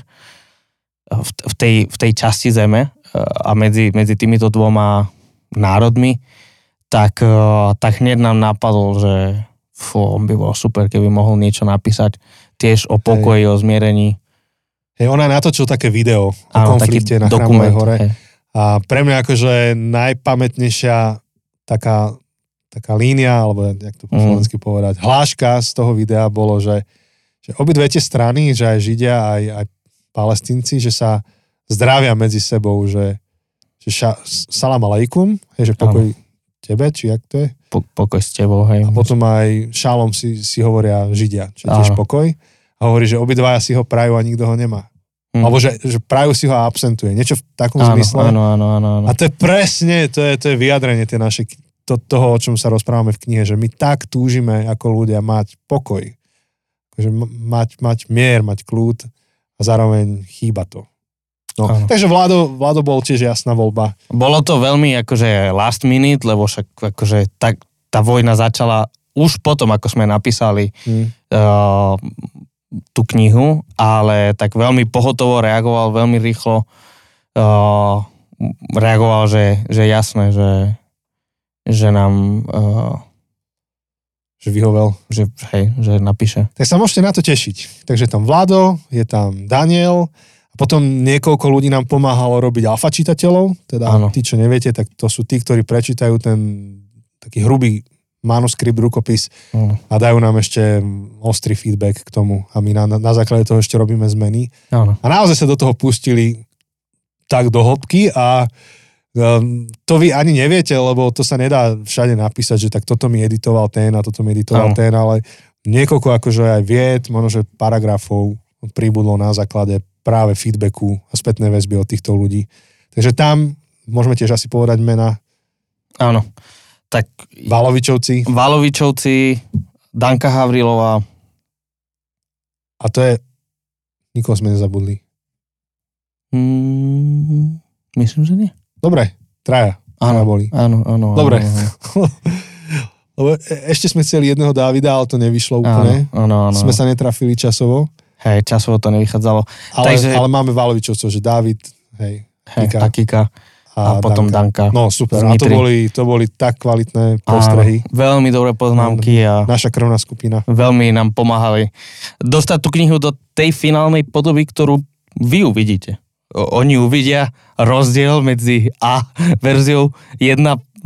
v tej časti zeme a medzi týmito dvoma národmi, tak hneď nám napadol, že on by bol super, keby mohol niečo napísať tiež o pokoji, o zmierení. Hej, ona natočil také video o konflikte na Chrámovej hore. Hej. A pre mňa akože najpamätnejšia taká línia, alebo jak to po slovensky povedať, hláška z toho videa bolo, že obidve tie strany, že aj Židia, aj Palestínci, že sa zdravia medzi sebou, že salam alaikum, že pokoj tebe, či jak to je? Pokoj s tebou, hej. A potom aj šalom si hovoria Židia, čiže tiež pokoj. A hovorí, že obidvaja si ho prajú a nikto ho nemá. Alebo že prajú si ho a absentuje. Niečo v takom zmysle. Áno. A to je presne, to je vyjadrenie tie naše, toho, o čom sa rozprávame v knihe, že my tak túžime ako ľudia mať pokoj. Akože mať mier, mať kľud a zároveň chýba to. No, takže Vlado bol tiež jasná voľba. Bolo to veľmi akože last minute, lebo však akože tá vojna začala už potom, ako sme napísali tú knihu, ale tak veľmi pohotovo reagoval, veľmi rýchlo reagoval, že jasné, že nám že vyhovel. Že napíše. Tak sa môžete na to tešiť. Takže tam Vlado, je tam Daniel a potom niekoľko ľudí nám pomáhalo robiť alfa čitateľov, teda tí, čo neviete, tak to sú tí, ktorí prečítajú ten taký hrubý manuskript, rukopis a dajú nám ešte ostrý feedback k tomu a my na základe toho ešte robíme zmeny. Áno. A naozaj sa do toho pustili tak do hĺbky a to vy ani neviete, lebo to sa nedá všade napísať, že tak toto mi editoval ten a toto mi editoval ten, ale niekoľko akože aj vied, možno že paragrafov pribudlo na základe práve feedbacku a spätnej väzby od týchto ľudí. Takže tam môžeme tiež asi povedať mena. Áno. Tak Valovičovci, Danka Havrilová. A to je... Nikoho sme nezabudli. Myslím, že nie. Dobre, traja. Áno. Dobre. Lebo ešte sme chceli jedného Dávida, ale to nevyšlo úplne. Áno. Sme sa netrafili časovo. Hej, časovo to nevychádzalo. Ale máme Valovičovcov, že Dávid, Kika. A potom Danka. No super, a to boli tak kvalitné postrehy. Veľmi dobré poznámky a naša krvná skupina. Veľmi nám pomáhali dostať tú knihu do tej finálnej podoby, ktorú vy uvidíte. Oni uvidia rozdiel medzi A verziou 1,0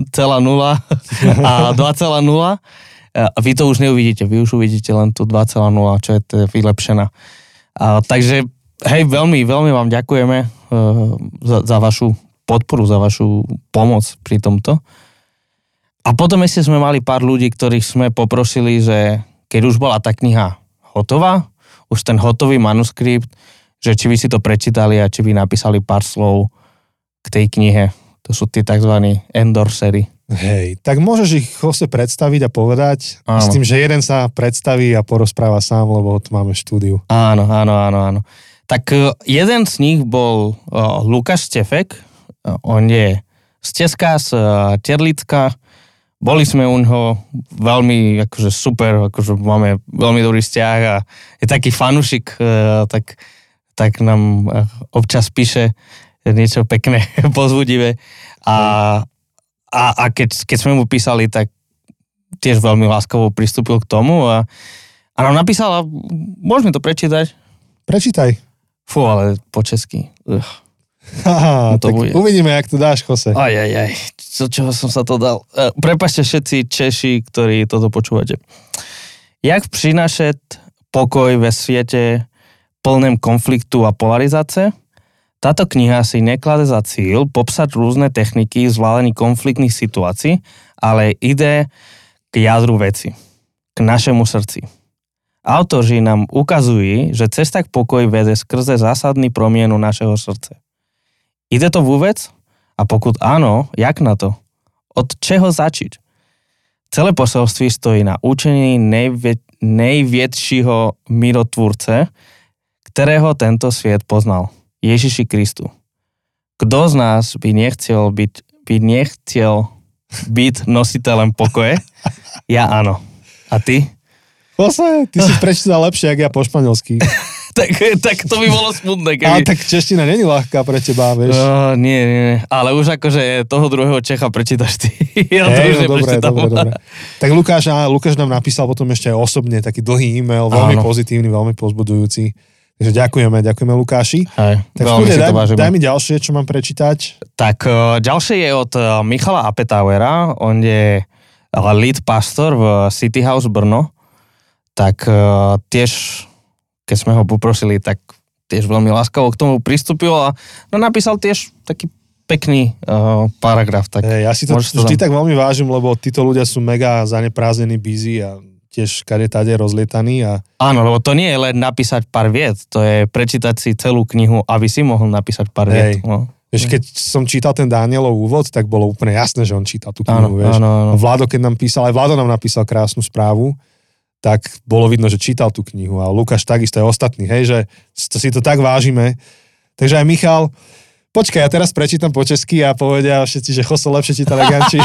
a 2,0 a vy to už neuvidíte, vy už uvidíte len tú 2,0, čo je vylepšená. Takže hej, veľmi, veľmi vám ďakujeme za vašu podporu, za vašu pomoc pri tomto. A potom ešte sme mali pár ľudí, ktorých sme poprosili, že keď už bola tá kniha hotová, už ten hotový manuskript, že či by si to prečítali a či by napísali pár slov k tej knihe. To sú tie tzv. Endorsery. Hej, tak môžeš ich Jose predstaviť a povedať. S tým, že jeden sa predstaví a porozpráva sám, lebo tu máme štúdiu. Áno. Tak jeden z nich bol Lukáš Štefek. On je z Česka, z Terlicka. Boli sme u neho veľmi akože super, akože máme veľmi dobrý vzťah a je taký fanušik, tak nám občas píše niečo pekné, povzbudivé. A keď sme mu písali, tak tiež veľmi láskavo pristúpil k tomu a nám napísal, môžeme to prečítať? Prečítaj. Fú, ale po česky. Tak bude. Uvidíme, jak to dáš, Jose. Aj. Čoho som sa to dal? Prepáčte všetci Češi, ktorí toto počúvate. Jak prinášať pokoj ve svete plném konfliktu a polarizácie? Táto kniha si neklade za cíl popsať rôzne techniky zvládania konfliktných situácií, ale ide k jadru veci, k našemu srdci. Autori nám ukazujú, že cesta k pokoji vede skrze zásadný promienu našeho srdce. Ide to vôbec? A pokud áno, jak na to? Od čeho začať? Celé poselství stojí na učení nejväčšieho mirotvúrce, ktorého tento svet poznal. Ježiši Kristu. Kto z nás by nechcel byť nositeľom pokoje? Ja áno. A ty? Jose, ty si prečítal lepšie, jak ja po španielsky. tak to by bolo smutné. Keby... Ale tak čeština není ľahká pre teba, vieš. Nie. Ale už akože toho druhého Čecha prečítaš ty. Dobre. Tak Lukáš nám napísal potom ešte aj osobne taký dlhý e-mail, veľmi pozitívny, veľmi povzbudujúci. Takže ďakujeme Lukáši. Tak daj mi ďalšie, čo mám prečítať. Tak ďalšie je od Michala Apetauera. On je lead pastor v City House Brno. Tak tiež keď sme ho poprosili, tak tiež veľmi láskavo k tomu pristúpil a napísal tiež taký pekný paragraf. Tak ja si to vždy tak veľmi vážim, lebo títo ľudia sú mega zaneprázdnení, busy a tiež kade-tade rozlietaní. Áno, lebo to nie je len napísať pár viet, to je prečítať si celú knihu, aby si mohol napísať pár viet. No. Vieš, keď som čítal ten Danielov úvod, tak bolo úplne jasné, že on čítal tú knihu. Áno. Vlado, keď nám písal, aj Vlado nám napísal krásnu správu, tak bolo vidno, že čítal tú knihu a Lukáš takisto aj ostatní, hej, že si to tak vážime. Takže aj Michal, počkaj, ja teraz prečítam po česky a povedia všetci, že Jose lepšie číta leganči.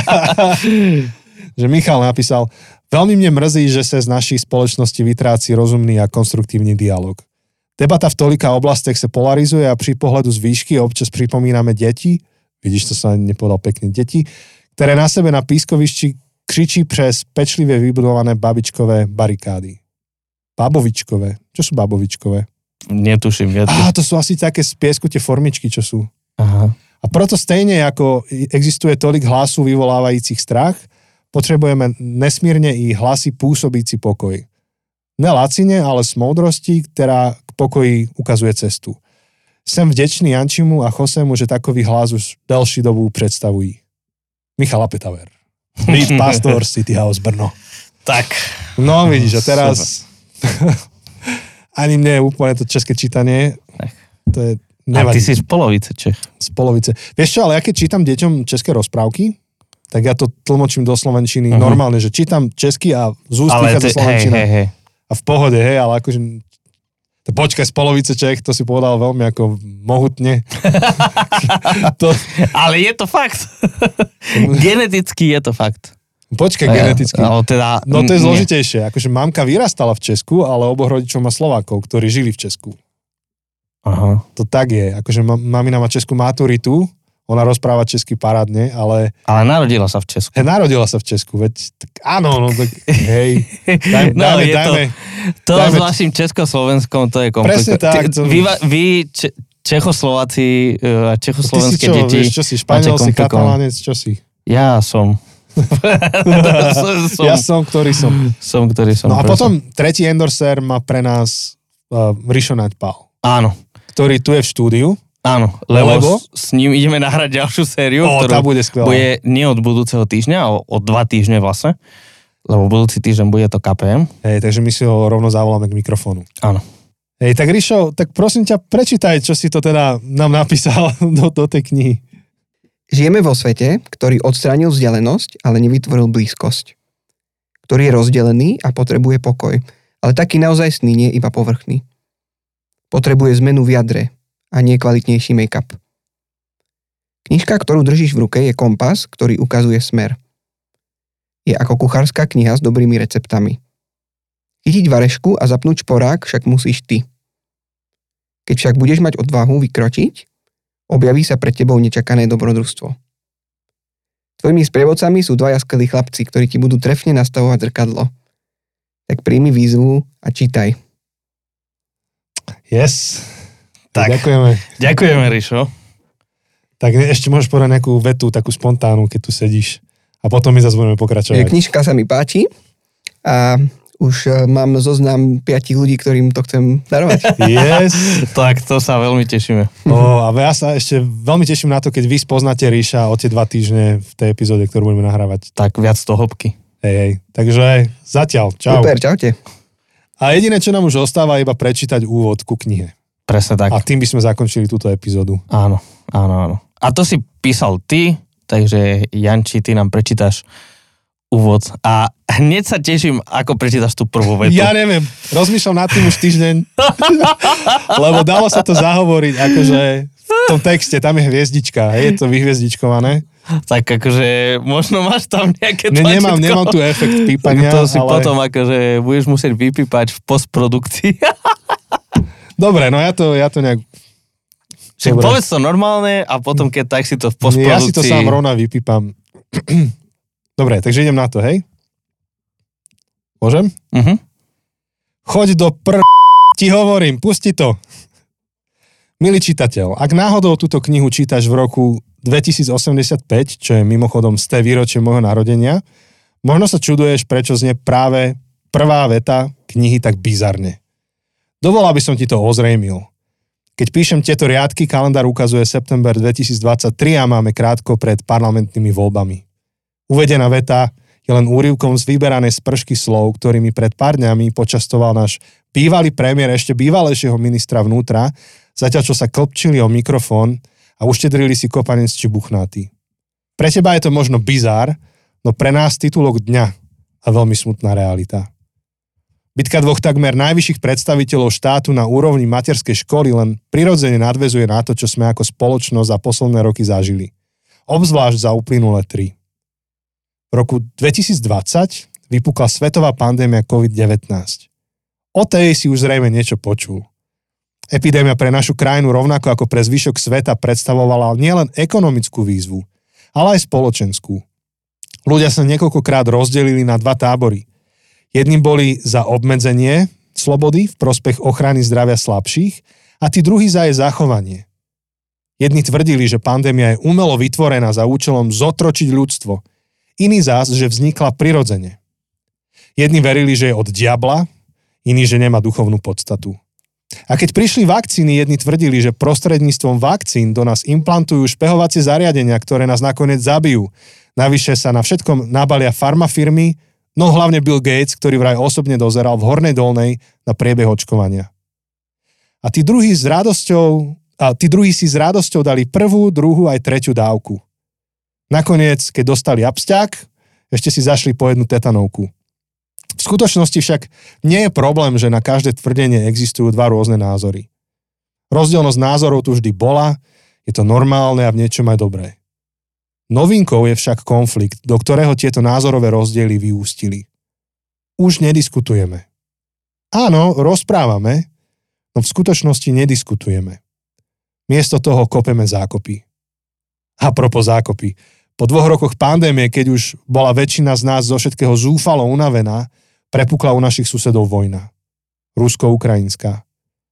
Že Michal napísal, veľmi mne mrzí, že sa z našej spoločnosti vytráci rozumný a konstruktívny dialog. Debata v tolika oblastiach sa polarizuje a pri pohľadu z výšky občas pripomíname deti, vidíš, to sa nepovedal pekne, deti, ktoré na sebe na pískovišti kričí přes pečlivé vybudované babičkové barikády. Babovičkové. Čo sú babovičkové? Netuším. To sú asi také z piesku tie formičky, čo sú. Aha. A proto stejne, ako existuje tolik hlasu vyvolávajúcich strach, potrebujeme nesmírne i hlasy pôsobíci pokoj. Nelacine, ale s moudrostí, ktorá k pokoji ukazuje cestu. Som vďačný Jančimu a Josemu, že takový hlas už delší dobu predstavují. Michal Apetauer. Lead pastor City House Brno. Tak. No vidíš, a teraz ani mne je úplne to české čítanie. To je nevadí. A ty si z polovice Čech. Z polovice. Vieš čo, ale ja keď čítam deťom české rozprávky, tak ja to tlmočím do slovenčiny normálne, že čítam česky a z úst vychádza slovenčina. Hej. A v pohode, hej, ale akože počkaj, z polovice Čech, to si povedal veľmi ako mohutne. Ale je to fakt. Geneticky je to fakt. Počkaj, geneticky. Teda, no to je zložitejšie. Akože mamka vyrastala v Česku, ale oboch rodičov má Slovákov, ktorí žili v Česku. Aha. To tak je. Akože mamina má českú maturitu, ona rozpráva česky parádne, ale... Ale narodila sa v Česku. Narodila sa v Česku, veď tak áno, no tak hej. Dajme. To s vašim Československom, to je komplikované. Presne tak. Vy Čechoslováci a čechoslovenské deti... Ty si čo si, Španiel si, Katalánec, čo si? Ja som. Ja som, ktorý som. Ktorý som. No a potom tretí endorser má pre nás Rišo Naďpal. Áno. Ktorý tu je v štúdiu. Áno, lebo s ním ideme nahrať ďalšiu sériu, ktorá bude skvelá. Bude nie od budúceho týždňa, ale od 2 týždne vlastne. Lebo budúci týždeň bude to KPM. Hej, takže my si ho rovno zavoláme k mikrofónu. Áno. Hej, tak Rišo, tak prosím ťa, prečítaj, čo si to teda nám napísal do tej knihy. Žijeme vo svete, ktorý odstránil vzdialenosť, ale nevytvoril blízkosť. Ktorý je rozdelený a potrebuje pokoj, ale taký naozajstný, nie iba povrchný. Potrebuje zmenu v jadre a nie kvalitnejší make-up. Knižka, ktorú držíš v ruke, je kompas, ktorý ukazuje smer. Je ako kuchárska kniha s dobrými receptami. Chytiť varešku a zapnúť šporák však musíš ty. Keď však budeš mať odvahu vykročiť, objaví sa pred tebou nečakané dobrodružstvo. Tvojimi sprievodcami sú 2 skvelí chlapci, ktorí ti budú trefne nastavovať zrkadlo. Tak príjmi výzvu a čítaj. Yes. Tak, Ďakujeme. ďakujeme, Rišo. Tak ešte môžeš povedať nejakú vetu, takú spontánnu, keď tu sedíš. A potom my zase budeme pokračovať. Knižka sa mi páči a už mám zoznam 5 ľudí, ktorým to chcem darovať. Yes. Tak, to sa veľmi tešíme. A ja sa ešte veľmi teším na to, keď vy spoznáte Ríša o tie 2 týždne v tej epizóde, ktorú budeme nahrávať. Tak viac do hĺbky. Hej. Takže zatiaľ. Čau. Super, čaute. A jediné, čo nám už ostáva, je iba prečítať úvod ku knihe. Presne tak. A tým by sme zakončili túto epizódu. Áno. A to si písal ty, takže Janči, ty nám prečítaš úvod. A hneď sa teším, ako prečítaš tú prvú vetu. Ja neviem, rozmýšľam nad tým už týždeň, lebo dalo sa to zahovoriť, akože v tom texte, tam je hviezdička, je to vyhviezdičkované. Tak akože možno máš tam nejaké tlačítko. Nemám tu efekt pípania, to si ale... potom akože budeš musieť vypípať v postprodukcii. Dobre, no ja to nejak... Však povedz to normálne a potom keď tak si to v postprodukcii... Ja si to sám rovna vypípam. Dobre, takže idem na to, hej? Môžem? Uh-huh. Choď do ti hovorím, pusti to. Milý čitateľ, ak náhodou túto knihu čítaš v roku 2085, čo je mimochodom 100. výročie môjho narodenia, možno sa čuduješ, prečo znie práve prvá veta knihy tak bizarne. Dovol, aby som ti to ozrejmil. Keď píšem tieto riadky, kalendár ukazuje september 2023 a máme krátko pred parlamentnými voľbami. Uvedená veta je len úryvkom z vyberanej spršky slov, ktorými pred pár dňami počastoval náš bývalý premiér ešte bývalejšieho ministra vnútra, zatiaľ čo sa klpčili o mikrofón a uštedrili si kopanec či buchnáty. Pre teba je to možno bizár, no pre nás titulok dňa a veľmi smutná realita. Bitka 2 takmer najvyšších predstaviteľov štátu na úrovni materskej školy len prirodzene nadväzuje na to, čo sme ako spoločnosť za posledné roky zažili. Obzvlášť za uplynulé 3. V roku 2020 vypukla svetová pandémia COVID-19. O tej si už zrejme niečo počul. Epidémia pre našu krajinu rovnako ako pre zvyšok sveta predstavovala nielen ekonomickú výzvu, ale aj spoločenskú. Ľudia sa niekoľkokrát rozdelili na 2 tábory. Jedni boli za obmedzenie slobody v prospech ochrany zdravia slabších a tí druhí za jej zachovanie. Jedni tvrdili, že pandémia je umelo vytvorená za účelom zotročiť ľudstvo, iní zás, že vznikla prirodzene. Jedni verili, že je od diabla, iní, že nemá duchovnú podstatu. A keď prišli vakcíny, jedni tvrdili, že prostredníctvom vakcín do nás implantujú špehovacie zariadenia, ktoré nás nakoniec zabijú. Navyše sa na všetkom nabalia farmafirmy, no hlavne Bill Gates, ktorý vraj osobne dozeral v Hornej Dolnej na priebeh očkovania. A tí druhí si s radosťou dali prvú, druhú aj tretiu dávku. Nakoniec, keď dostali absťák, ešte si zašli po jednu tetanovku. V skutočnosti však nie je problém, že na každé tvrdenie existujú 2 rôzne názory. Rozdielnosť názorov tu vždy bola, je to normálne a v niečom aj dobré. Novinkou je však konflikt, do ktorého tieto názorové rozdiely vyústili. Už nediskutujeme. Áno, rozprávame, no v skutočnosti nediskutujeme. Miesto toho kopeme zákopy. A propos zákopy. Po 2 rokoch pandémie, keď už bola väčšina z nás zo všetkého zúfalo unavená, prepukla u našich susedov vojna. Rusko-ukrajinská.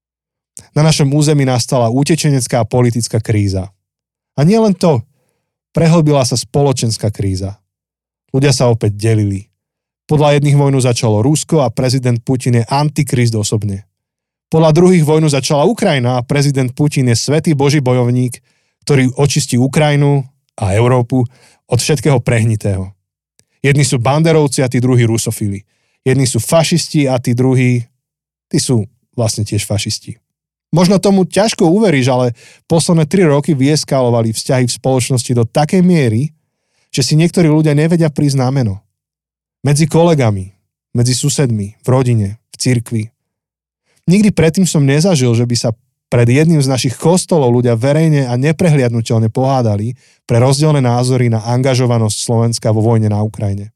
Na našom území nastala utečenecká a politická kríza. A nie len to, prehlbila sa spoločenská kríza. Ľudia sa opäť delili. Podľa jedných vojnu začalo Rusko a prezident Putin je antikrist osobne. Podľa druhých vojnu začala Ukrajina a prezident Putin je svätý Boží bojovník, ktorý očistí Ukrajinu a Európu od všetkého prehnitého. Jedni sú banderovci a tí druhí rusofili. Jedni sú fašisti a tí druhí, tí sú vlastne tiež fašisti. Možno tomu ťažko uveríš, ale posledné 3 roky vyeskalovali vzťahy v spoločnosti do takej miery, že si niektorí ľudia nevedia prísť na meno. Medzi kolegami, medzi susedmi, v rodine, v cirkvi. Nikdy predtým som nezažil, že by sa pred jedným z našich kostolov ľudia verejne a neprehliadnuteľne pohádali pre rozdielne názory na angažovanosť Slovenska vo vojne na Ukrajine.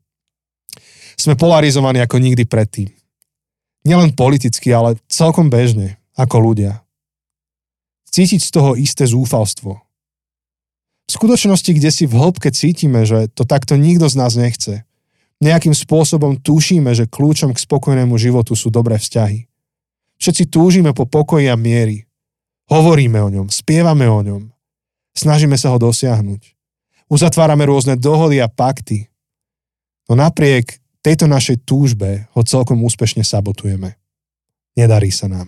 Sme polarizovaní ako nikdy predtým. Nielen politicky, ale celkom bežne, ako ľudia. Cítiť z toho isté zúfalstvo. V skutočnosti, kde si v hĺbke cítime, že to takto nikto z nás nechce. Nejakým spôsobom tušíme, že kľúčom k spokojnému životu sú dobré vzťahy. Všetci túžime po pokoji a miery. Hovoríme o ňom, spievame o ňom. Snažíme sa ho dosiahnuť. Uzatvárame rôzne dohody a pakty. No napriek tejto našej túžbe ho celkom úspešne sabotujeme. Nedarí sa nám.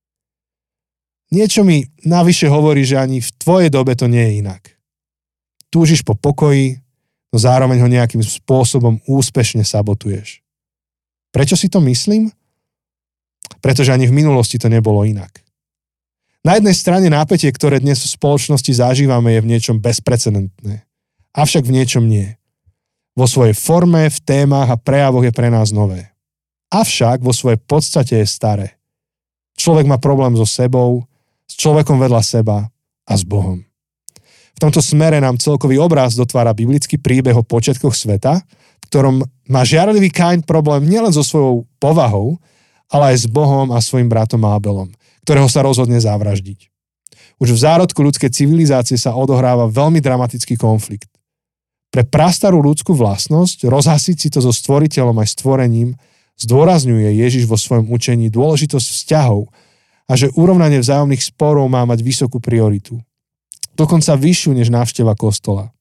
Niečo mi navyše hovorí, že ani v tvojej dobe to nie je inak. Túžiš po pokoji, no zároveň ho nejakým spôsobom úspešne sabotuješ. Prečo si to myslím? Pretože ani v minulosti to nebolo inak. Na jednej strane napätie, ktoré dnes v spoločnosti zažívame, je v niečom bezprecedentné. Avšak v niečom nie. Vo svojej forme, v témach a prejavoch je pre nás nové. Avšak vo svojej podstate je staré. Človek má problém so sebou, s človekom vedľa seba a s Bohom. V tomto smere nám celkový obraz dotvára biblický príbeh o počiatkoch sveta, v ktorom má žiarlivý Kain problém nielen so svojou povahou, ale aj s Bohom a svojim bratom Ábelom, ktorého sa rozhodne zavraždiť. Už v zárodku ľudskej civilizácie sa odohráva veľmi dramatický konflikt. Pre prastarú ľudskú vlastnosť rozhasiť si to so stvoriteľom aj stvorením zdôrazňuje Ježiš vo svojom učení dôležitosť vzťahov a že urovnanie vzájomných sporov má mať vysokú prioritu. Dokonca vyššiu než návšteva kostola.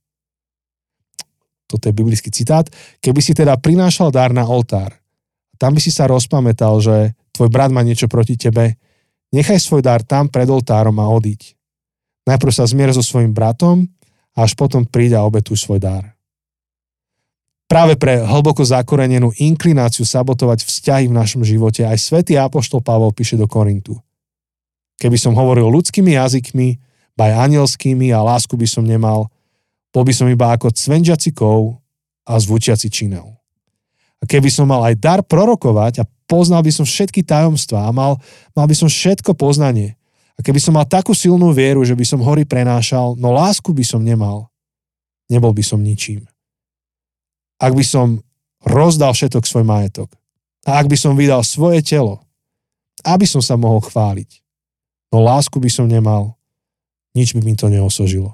Toto je biblický citát. Keby si teda prinášal dar na oltár, tam by si sa rozpamätal, že tvoj brat má niečo proti tebe, nechaj svoj dar tam pred oltárom a odiď. Najprv sa zmier so svojím bratom a až potom príď a obetuj svoj dar. Práve pre hlboko zakorenenú inklináciu sabotovať vzťahy v našom živote aj svätý apoštol Pavol píše do Korintu. Keby som hovoril ľudskými jazykmi, aj anielskými a lásku by som nemal, bol by som iba ako cvenžiaci kov a zvučiaci činel. A keby som mal aj dar prorokovať a poznal by som všetky tajomstvá a mal by som všetko poznanie. A keby som mal takú silnú vieru, že by som hory prenášal, no lásku by som nemal, nebol by som ničím. Ak by som rozdal všetok svoj majetok a ak by som vydal svoje telo, aby som sa mohol chváliť, no lásku by som nemal, nič by mi to neosožilo.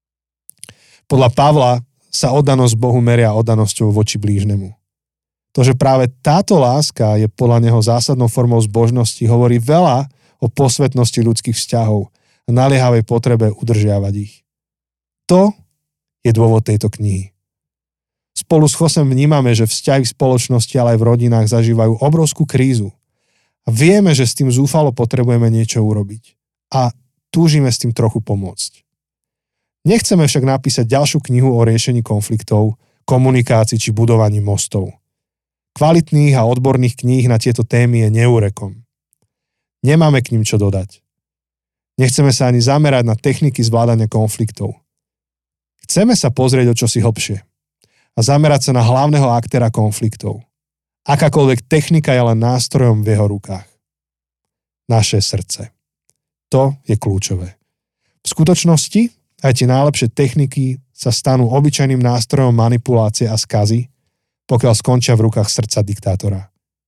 Podľa Pavla sa oddanosť Bohu meria oddanosťou voči blížnemu. To, že práve táto láska je podľa neho zásadnou formou zbožnosti, hovorí veľa o posvetnosti ľudských vzťahov a naliehavej potrebe udržiavať ich. To je dôvod tejto knihy. Spolu s Chosem vnímame, že vzťahy v spoločnosti, ale aj v rodinách zažívajú obrovskú krízu. A vieme, že s tým zúfalo potrebujeme niečo urobiť. A túžime s tým trochu pomôcť. Nechceme však napísať ďalšiu knihu o riešení konfliktov, komunikácii či budovaní mostov. Kvalitných a odborných kníh na tieto témy je neúrekom. Nemáme k ním čo dodať. Nechceme sa ani zamerať na techniky zvládania konfliktov. Chceme sa pozrieť o čosi hlbšie a zamerať sa na hlavného aktéra konfliktov. Akákoľvek technika je len nástrojom v jeho rukách. Naše srdce. To je kľúčové. V skutočnosti aj tie najlepšie techniky sa stanú obyčajným nástrojom manipulácie a skazy, pokiaľ skončia v rukách srdca diktátora.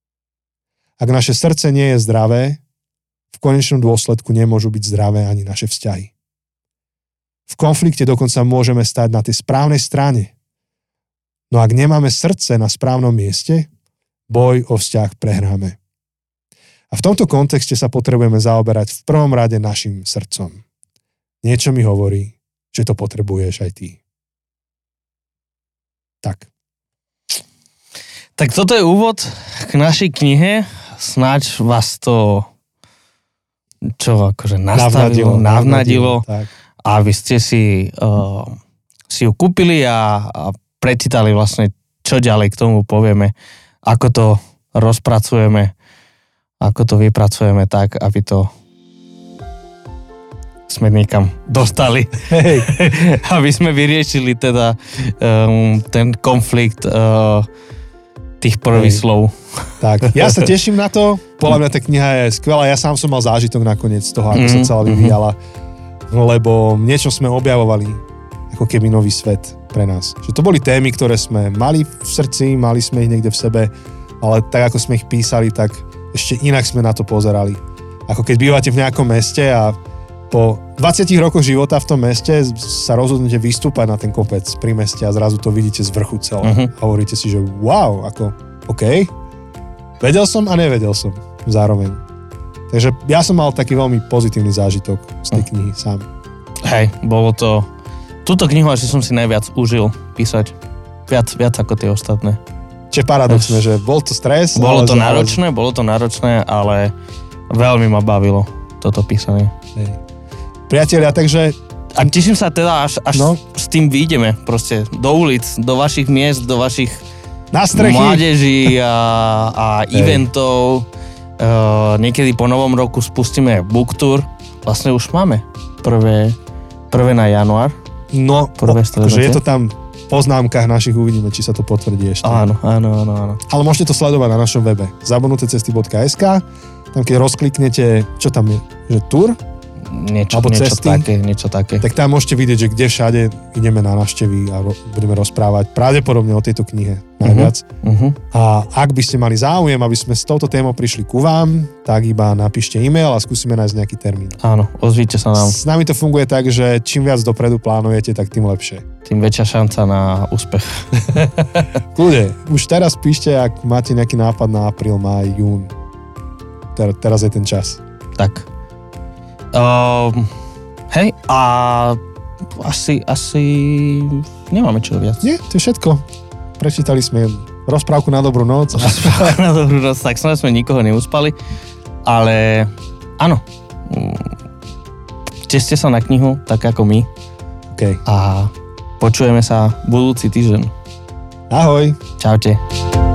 Ak naše srdce nie je zdravé, v konečnom dôsledku nemôžu byť zdravé ani naše vzťahy. V konflikte dokonca môžeme stať na tej správnej strane. No ak nemáme srdce na správnom mieste, boj o vzťah prehráme. A v tomto kontexte sa potrebujeme zaoberať v prvom rade našim srdcom. Niečo mi hovorí, že to potrebuješ aj ty. Tak. Tak toto je úvod k našej knihe. Snáď vás to akože navnadilo. A vy ste si ju kúpili a prečítali vlastne, čo ďalej k tomu povieme, ako to rozpracujeme, ako to vypracujeme tak, aby to sme niekam dostali. Hej. Aby sme vyriešili teda ten konflikt tých prvých slov. Tak, ja sa teším na to. Podľa mňa tá kniha je skvelá. Ja sám som mal zážitok nakoniec z toho, ako sa celá vyvíjala. Lebo niečo sme objavovali, ako keby nový svet pre nás. Že to boli témy, ktoré sme mali v srdci, mali sme ich niekde v sebe, ale tak, ako sme ich písali, tak ešte inak sme na to pozerali. Ako keď bývate v nejakom meste a po 20 rokoch života v tom meste sa rozhodnete vystúpať na ten kopec pri meste a zrazu to vidíte z vrchu celé. A hovoríte si, že wow, ako OK. Vedel som a nevedel som zároveň. Takže ja som mal taký veľmi pozitívny zážitok z tej knihy sám. Hej, bolo to... Túto knihu asi som si najviac užil písať. Viac ako tie ostatné. Čiže paradoxné, že bol to stres. Bolo to náročné, ale veľmi ma bavilo toto písanie. Hej. Priatelia, takže... A teším sa teda, až s tým vyjdeme proste do ulic, do vašich miest, do vašich na strechy, mládeží a eventov. Niekedy po novom roku spustíme book tour. Vlastne už máme prvé na január. No, že je to tam v poznámkach našich, uvidíme, či sa to potvrdí ešte. Áno. Ale môžete to sledovať na našom webe zabudnutecesty.sk. Tam keď rozkliknete, čo tam je, že tour? Niečo také. Tak tam môžete vidieť, že kde všade ideme na návštevy a budeme rozprávať pravdepodobne o tejto knihe najviac. A ak by ste mali záujem, aby sme s touto témou prišli ku vám, tak iba napíšte e-mail a skúsime nájsť nejaký termín. Áno, ozvíte sa nám. S nami to funguje tak, že čím viac dopredu plánujete, tak tým lepšie. Tým väčšia šanca na úspech. Kľude, už teraz píšte, ak máte nejaký nápad na apríl, máj, jún. Teraz je ten čas. Tak. Hej, a asi nemáme čo viac. Nie, to je všetko. Prečítali sme rozprávku na dobrú noc. Na dobrú noc, tak sme nikoho neuspali, ale áno, teste sa na knihu, tak ako my. Okay. A počujeme sa budúci týždeň. Ahoj. Čaute.